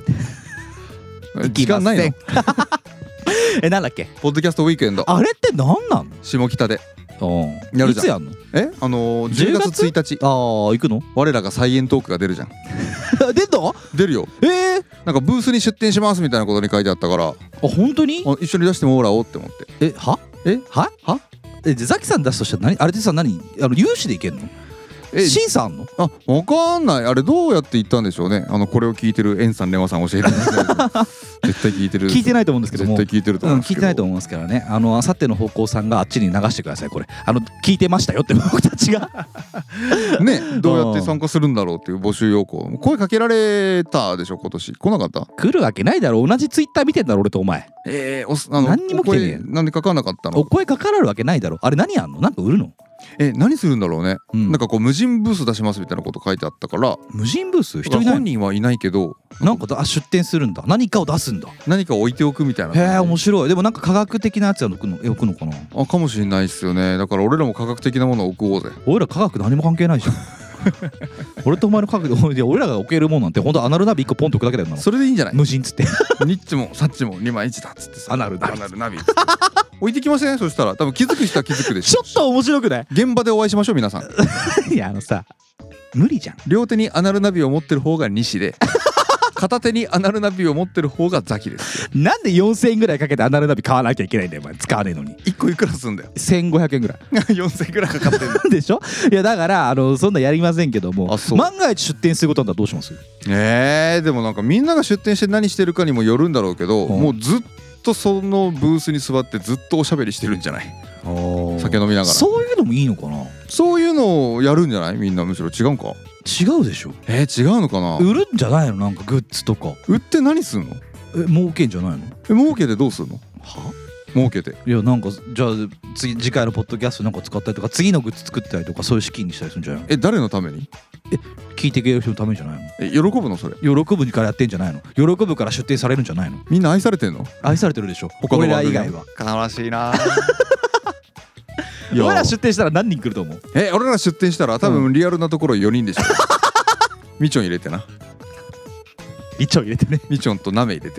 時間ないの？ なんだっけ？ ポッドキャストウィークエンド。 あれって何なの？ 下北でやるじゃん。いつやんの ？10月1日。 行くの？ 我らがサイエントークが出るじゃん。 出んの？出るよ。なんかブースに出店しますみたいなことに書いてあったから。 本当に？ 一緒に出してもらおうって思って。 はザキさん出すとしたら何？あれでさ有志でいけんの？審査あんの？ わかんない。あれどうやって言ったんでしょうね。これを聞いてるエンさんレマさん教えてください。絶対聞いてる。 聞いてないと思うんですけども。 絶対聞いてると思うんですけど。 聞いてないと思いますからね。あさっての方向さんがあっちに流してください。これ聞いてましたよって僕たちがね、どうやって参加するんだろうっていう募集要項。声かけられたでしょ今年。来なかった？ 来るわけないだろ。同じツイッター見てんだろ俺とお前。何にも来てねえよ。 なんでかかんなかったの？ お声かかられるわけないだろ。あれ何やんの？なんか売るの？ 何するんだろうね。なんかこう無人ブース出しますみたいなこと書いてあったから。 無人ブース？人いない？ 本人はいないけど、 なんか出店するんだ。何かを出すんだ。 何か置いておくみたいな。 へえ面白い。でもなんか科学的なやつは置くのかな。 かもしれないっすよね。だから俺らも科学的なものを置こうぜ。 俺ら科学何も関係ないじゃん俺とお前の科学で俺らが置けるもんなんて本当アナルナビ1個ポンと置くだけだよな。 それでいいんじゃない？ 無人っつってニッチもサッチも2枚1だっつってさ。 アナルナビ置いてきません？そしたら多分気づく人は気づくでしょ。 ちょっと面白くない？ 現場でお会いしましょう皆さん。 いや無理じゃん。 両手にアナルナビを持ってる方が西で片手にアナルナビを持ってる方がザキですよ。 なんで4000円ぐらいかけてアナルナビ買わなきゃいけないんだよお前。使わねえのに。 1個いくらすんだよ。 1500円ぐらい 4000円ぐらいかかってんのでしょ。いやだからそんなやりませんけども、 あそう万が一出店することなんだらどうします？ でもなんかみんなが出店して何してるかにもよるんだろうけど、もうずっとそのブースに座ってずっとおしゃべりしてるんじゃない？酒飲みながら。 そういうのもいいのかな。 そういうのをやるんじゃない？みんなむしろ違うんか？ 違うでしょ。 違うのかな？ 売るんじゃないの？なんかグッズとか売って何すんの？ 儲けんじゃないの？ 儲けてどうすんの？ は？ 儲けていやなんかじゃあ次回のポッドキャストなんか使ったりとか次のグッズ作ったりとかそういう資金にしたりするんじゃないの？ 誰のために？ 聞いてくれる人のためじゃないの？ 喜ぶのそれ？ 喜ぶからやってんじゃないの？喜ぶから出店されるんじゃないの？ みんな愛されてんの？ 愛されてるでしょ。 他の俺ら番組以外は。 悲しいな俺ら出店したら何人来ると思う？ 俺ら出店したら多分リアルなところ4人でしょみちょん入れてな。 一応入れてね。 みちょんとなめ入れて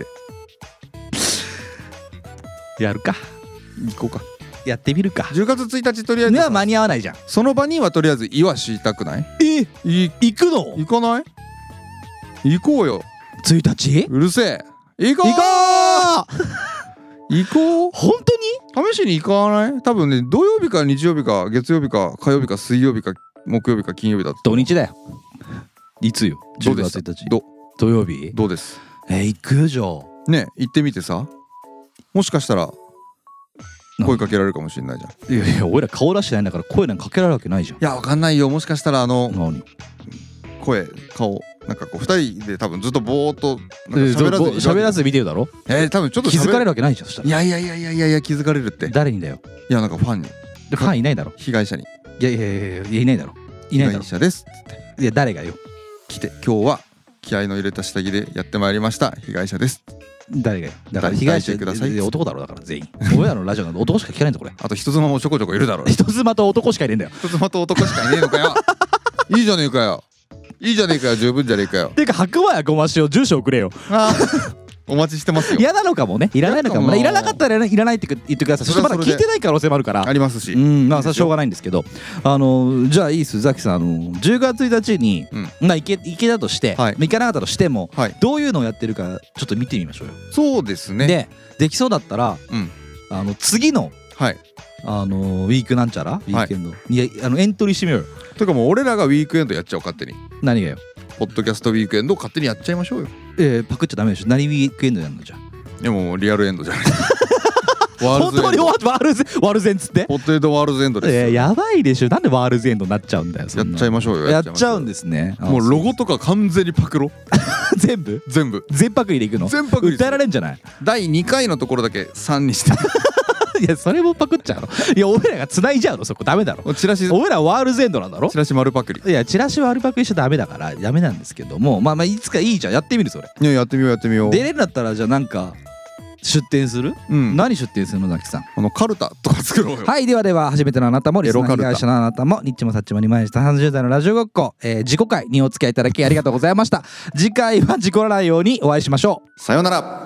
やるか。 行こうか。 やってみるか。 10月1日とりあえずさねは間に合わないじゃん。 その場にはとりあえず岩したくない？ 行くの行かない？行こうよ。 1日？ うるせえ。行こう行こう行こう。 本当に？ 試しに行かない？多分ね土曜日か日曜日か月曜日か火曜日か水曜日か木曜日か金曜日だった。 土日だよ。いつよ？10 どうでした月1日。土曜日？ どうです？ 行くよじゃあ。 ね行ってみてさ。もしかしたら声かけられるかもしれないじゃん。 いやいや俺ら顔出してないんだから声なんかかけられるわけないじゃん。 いやわかんないよ。もしかしたら何？ 声顔なんかこう2人で多分ずっとぼーっとなんか喋らず見てるだろ。 多分ちょっと気づかれるわけないじゃん。そしたら。 いや気づかれるって。 誰にだよ。 いやなんかファンに。 ファンいないだろ。 被害者に。 いやいないだろ。いないだろ。 被害者ですっつって。 いや誰がよ。 来て今日は気合の入れた下着でやってまいりました被害者です。 誰がよ。だから被害者抱いてください。 男だろ。だから全員。俺らのラジオなんて男しか聞かないんだこれ。 あと人妻もちょこちょこいるだろう。 人妻と男しかいねえんだよ。 人妻と男しかいねえのかよ。いいじゃねえかよ。いいじゃねえかよ。十分じゃねえかよ。 ていうか白馬やごま塩住所送れよ。 お待ちしてますよ。 嫌なのかもね。いらないのかもね。いらなかったらいらないって言ってください。そしてまだ聞いてない可能性もあるから。 ありますし。 まあそれはしょうがないんですけど、じゃあいいっすザキさん10月1日にまあ行けたとして行かなかったとしてもどういうのをやってるかちょっと見てみましょうよ。 そうですね。 でできそうだったら次のウィークなんちゃらウィークエンドにエントリーしてみようよ。 というかもう俺らがウィークエンドやっちゃおう勝手に。 何がよ。 ポッドキャストウィークエンドを勝手にやっちゃいましょうよ。 パクっちゃダメでしょ。何ウィークエンドやんのじゃあ。 でもリアルエンドじゃない。 本当にワールズエンドっつって。 ポッドエンドワールズエンドです。 やばいでしょ。なんでワールズエンドになっちゃうんだよ。 やっちゃいましょうよ。 やっちゃうんですね。 もうロゴとか完全にパクロ。 全部全パクリでいくの。 全パクリ訴えられんじゃない。 第2回のところだけ3にして。 いやそれもパクっちゃうの。いや俺らが繋いじゃうの。そこダメだろ。 チラシ俺らワールズエンドなんだろ。 チラシ丸パクリ。 いやチラシ丸パクリしちゃダメだからダメなんですけども、まあいつかいいじゃん。やってみるそれ。 いややってみよう。 出れるんだったらじゃあなんか出店する？何出店するのザキさん。 カルタとか作ろうよ。 はいでは初めてのあなたもリスナー被害者のあなたもニッチもサッチもにまいした30代のラジオごっこ自己回にお付き合いいただきありがとうございました。次回は事故らないようにお会いしましょう。 さようなら。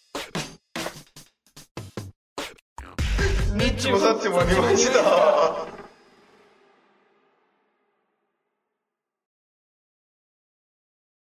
ニッチもサッチもありました。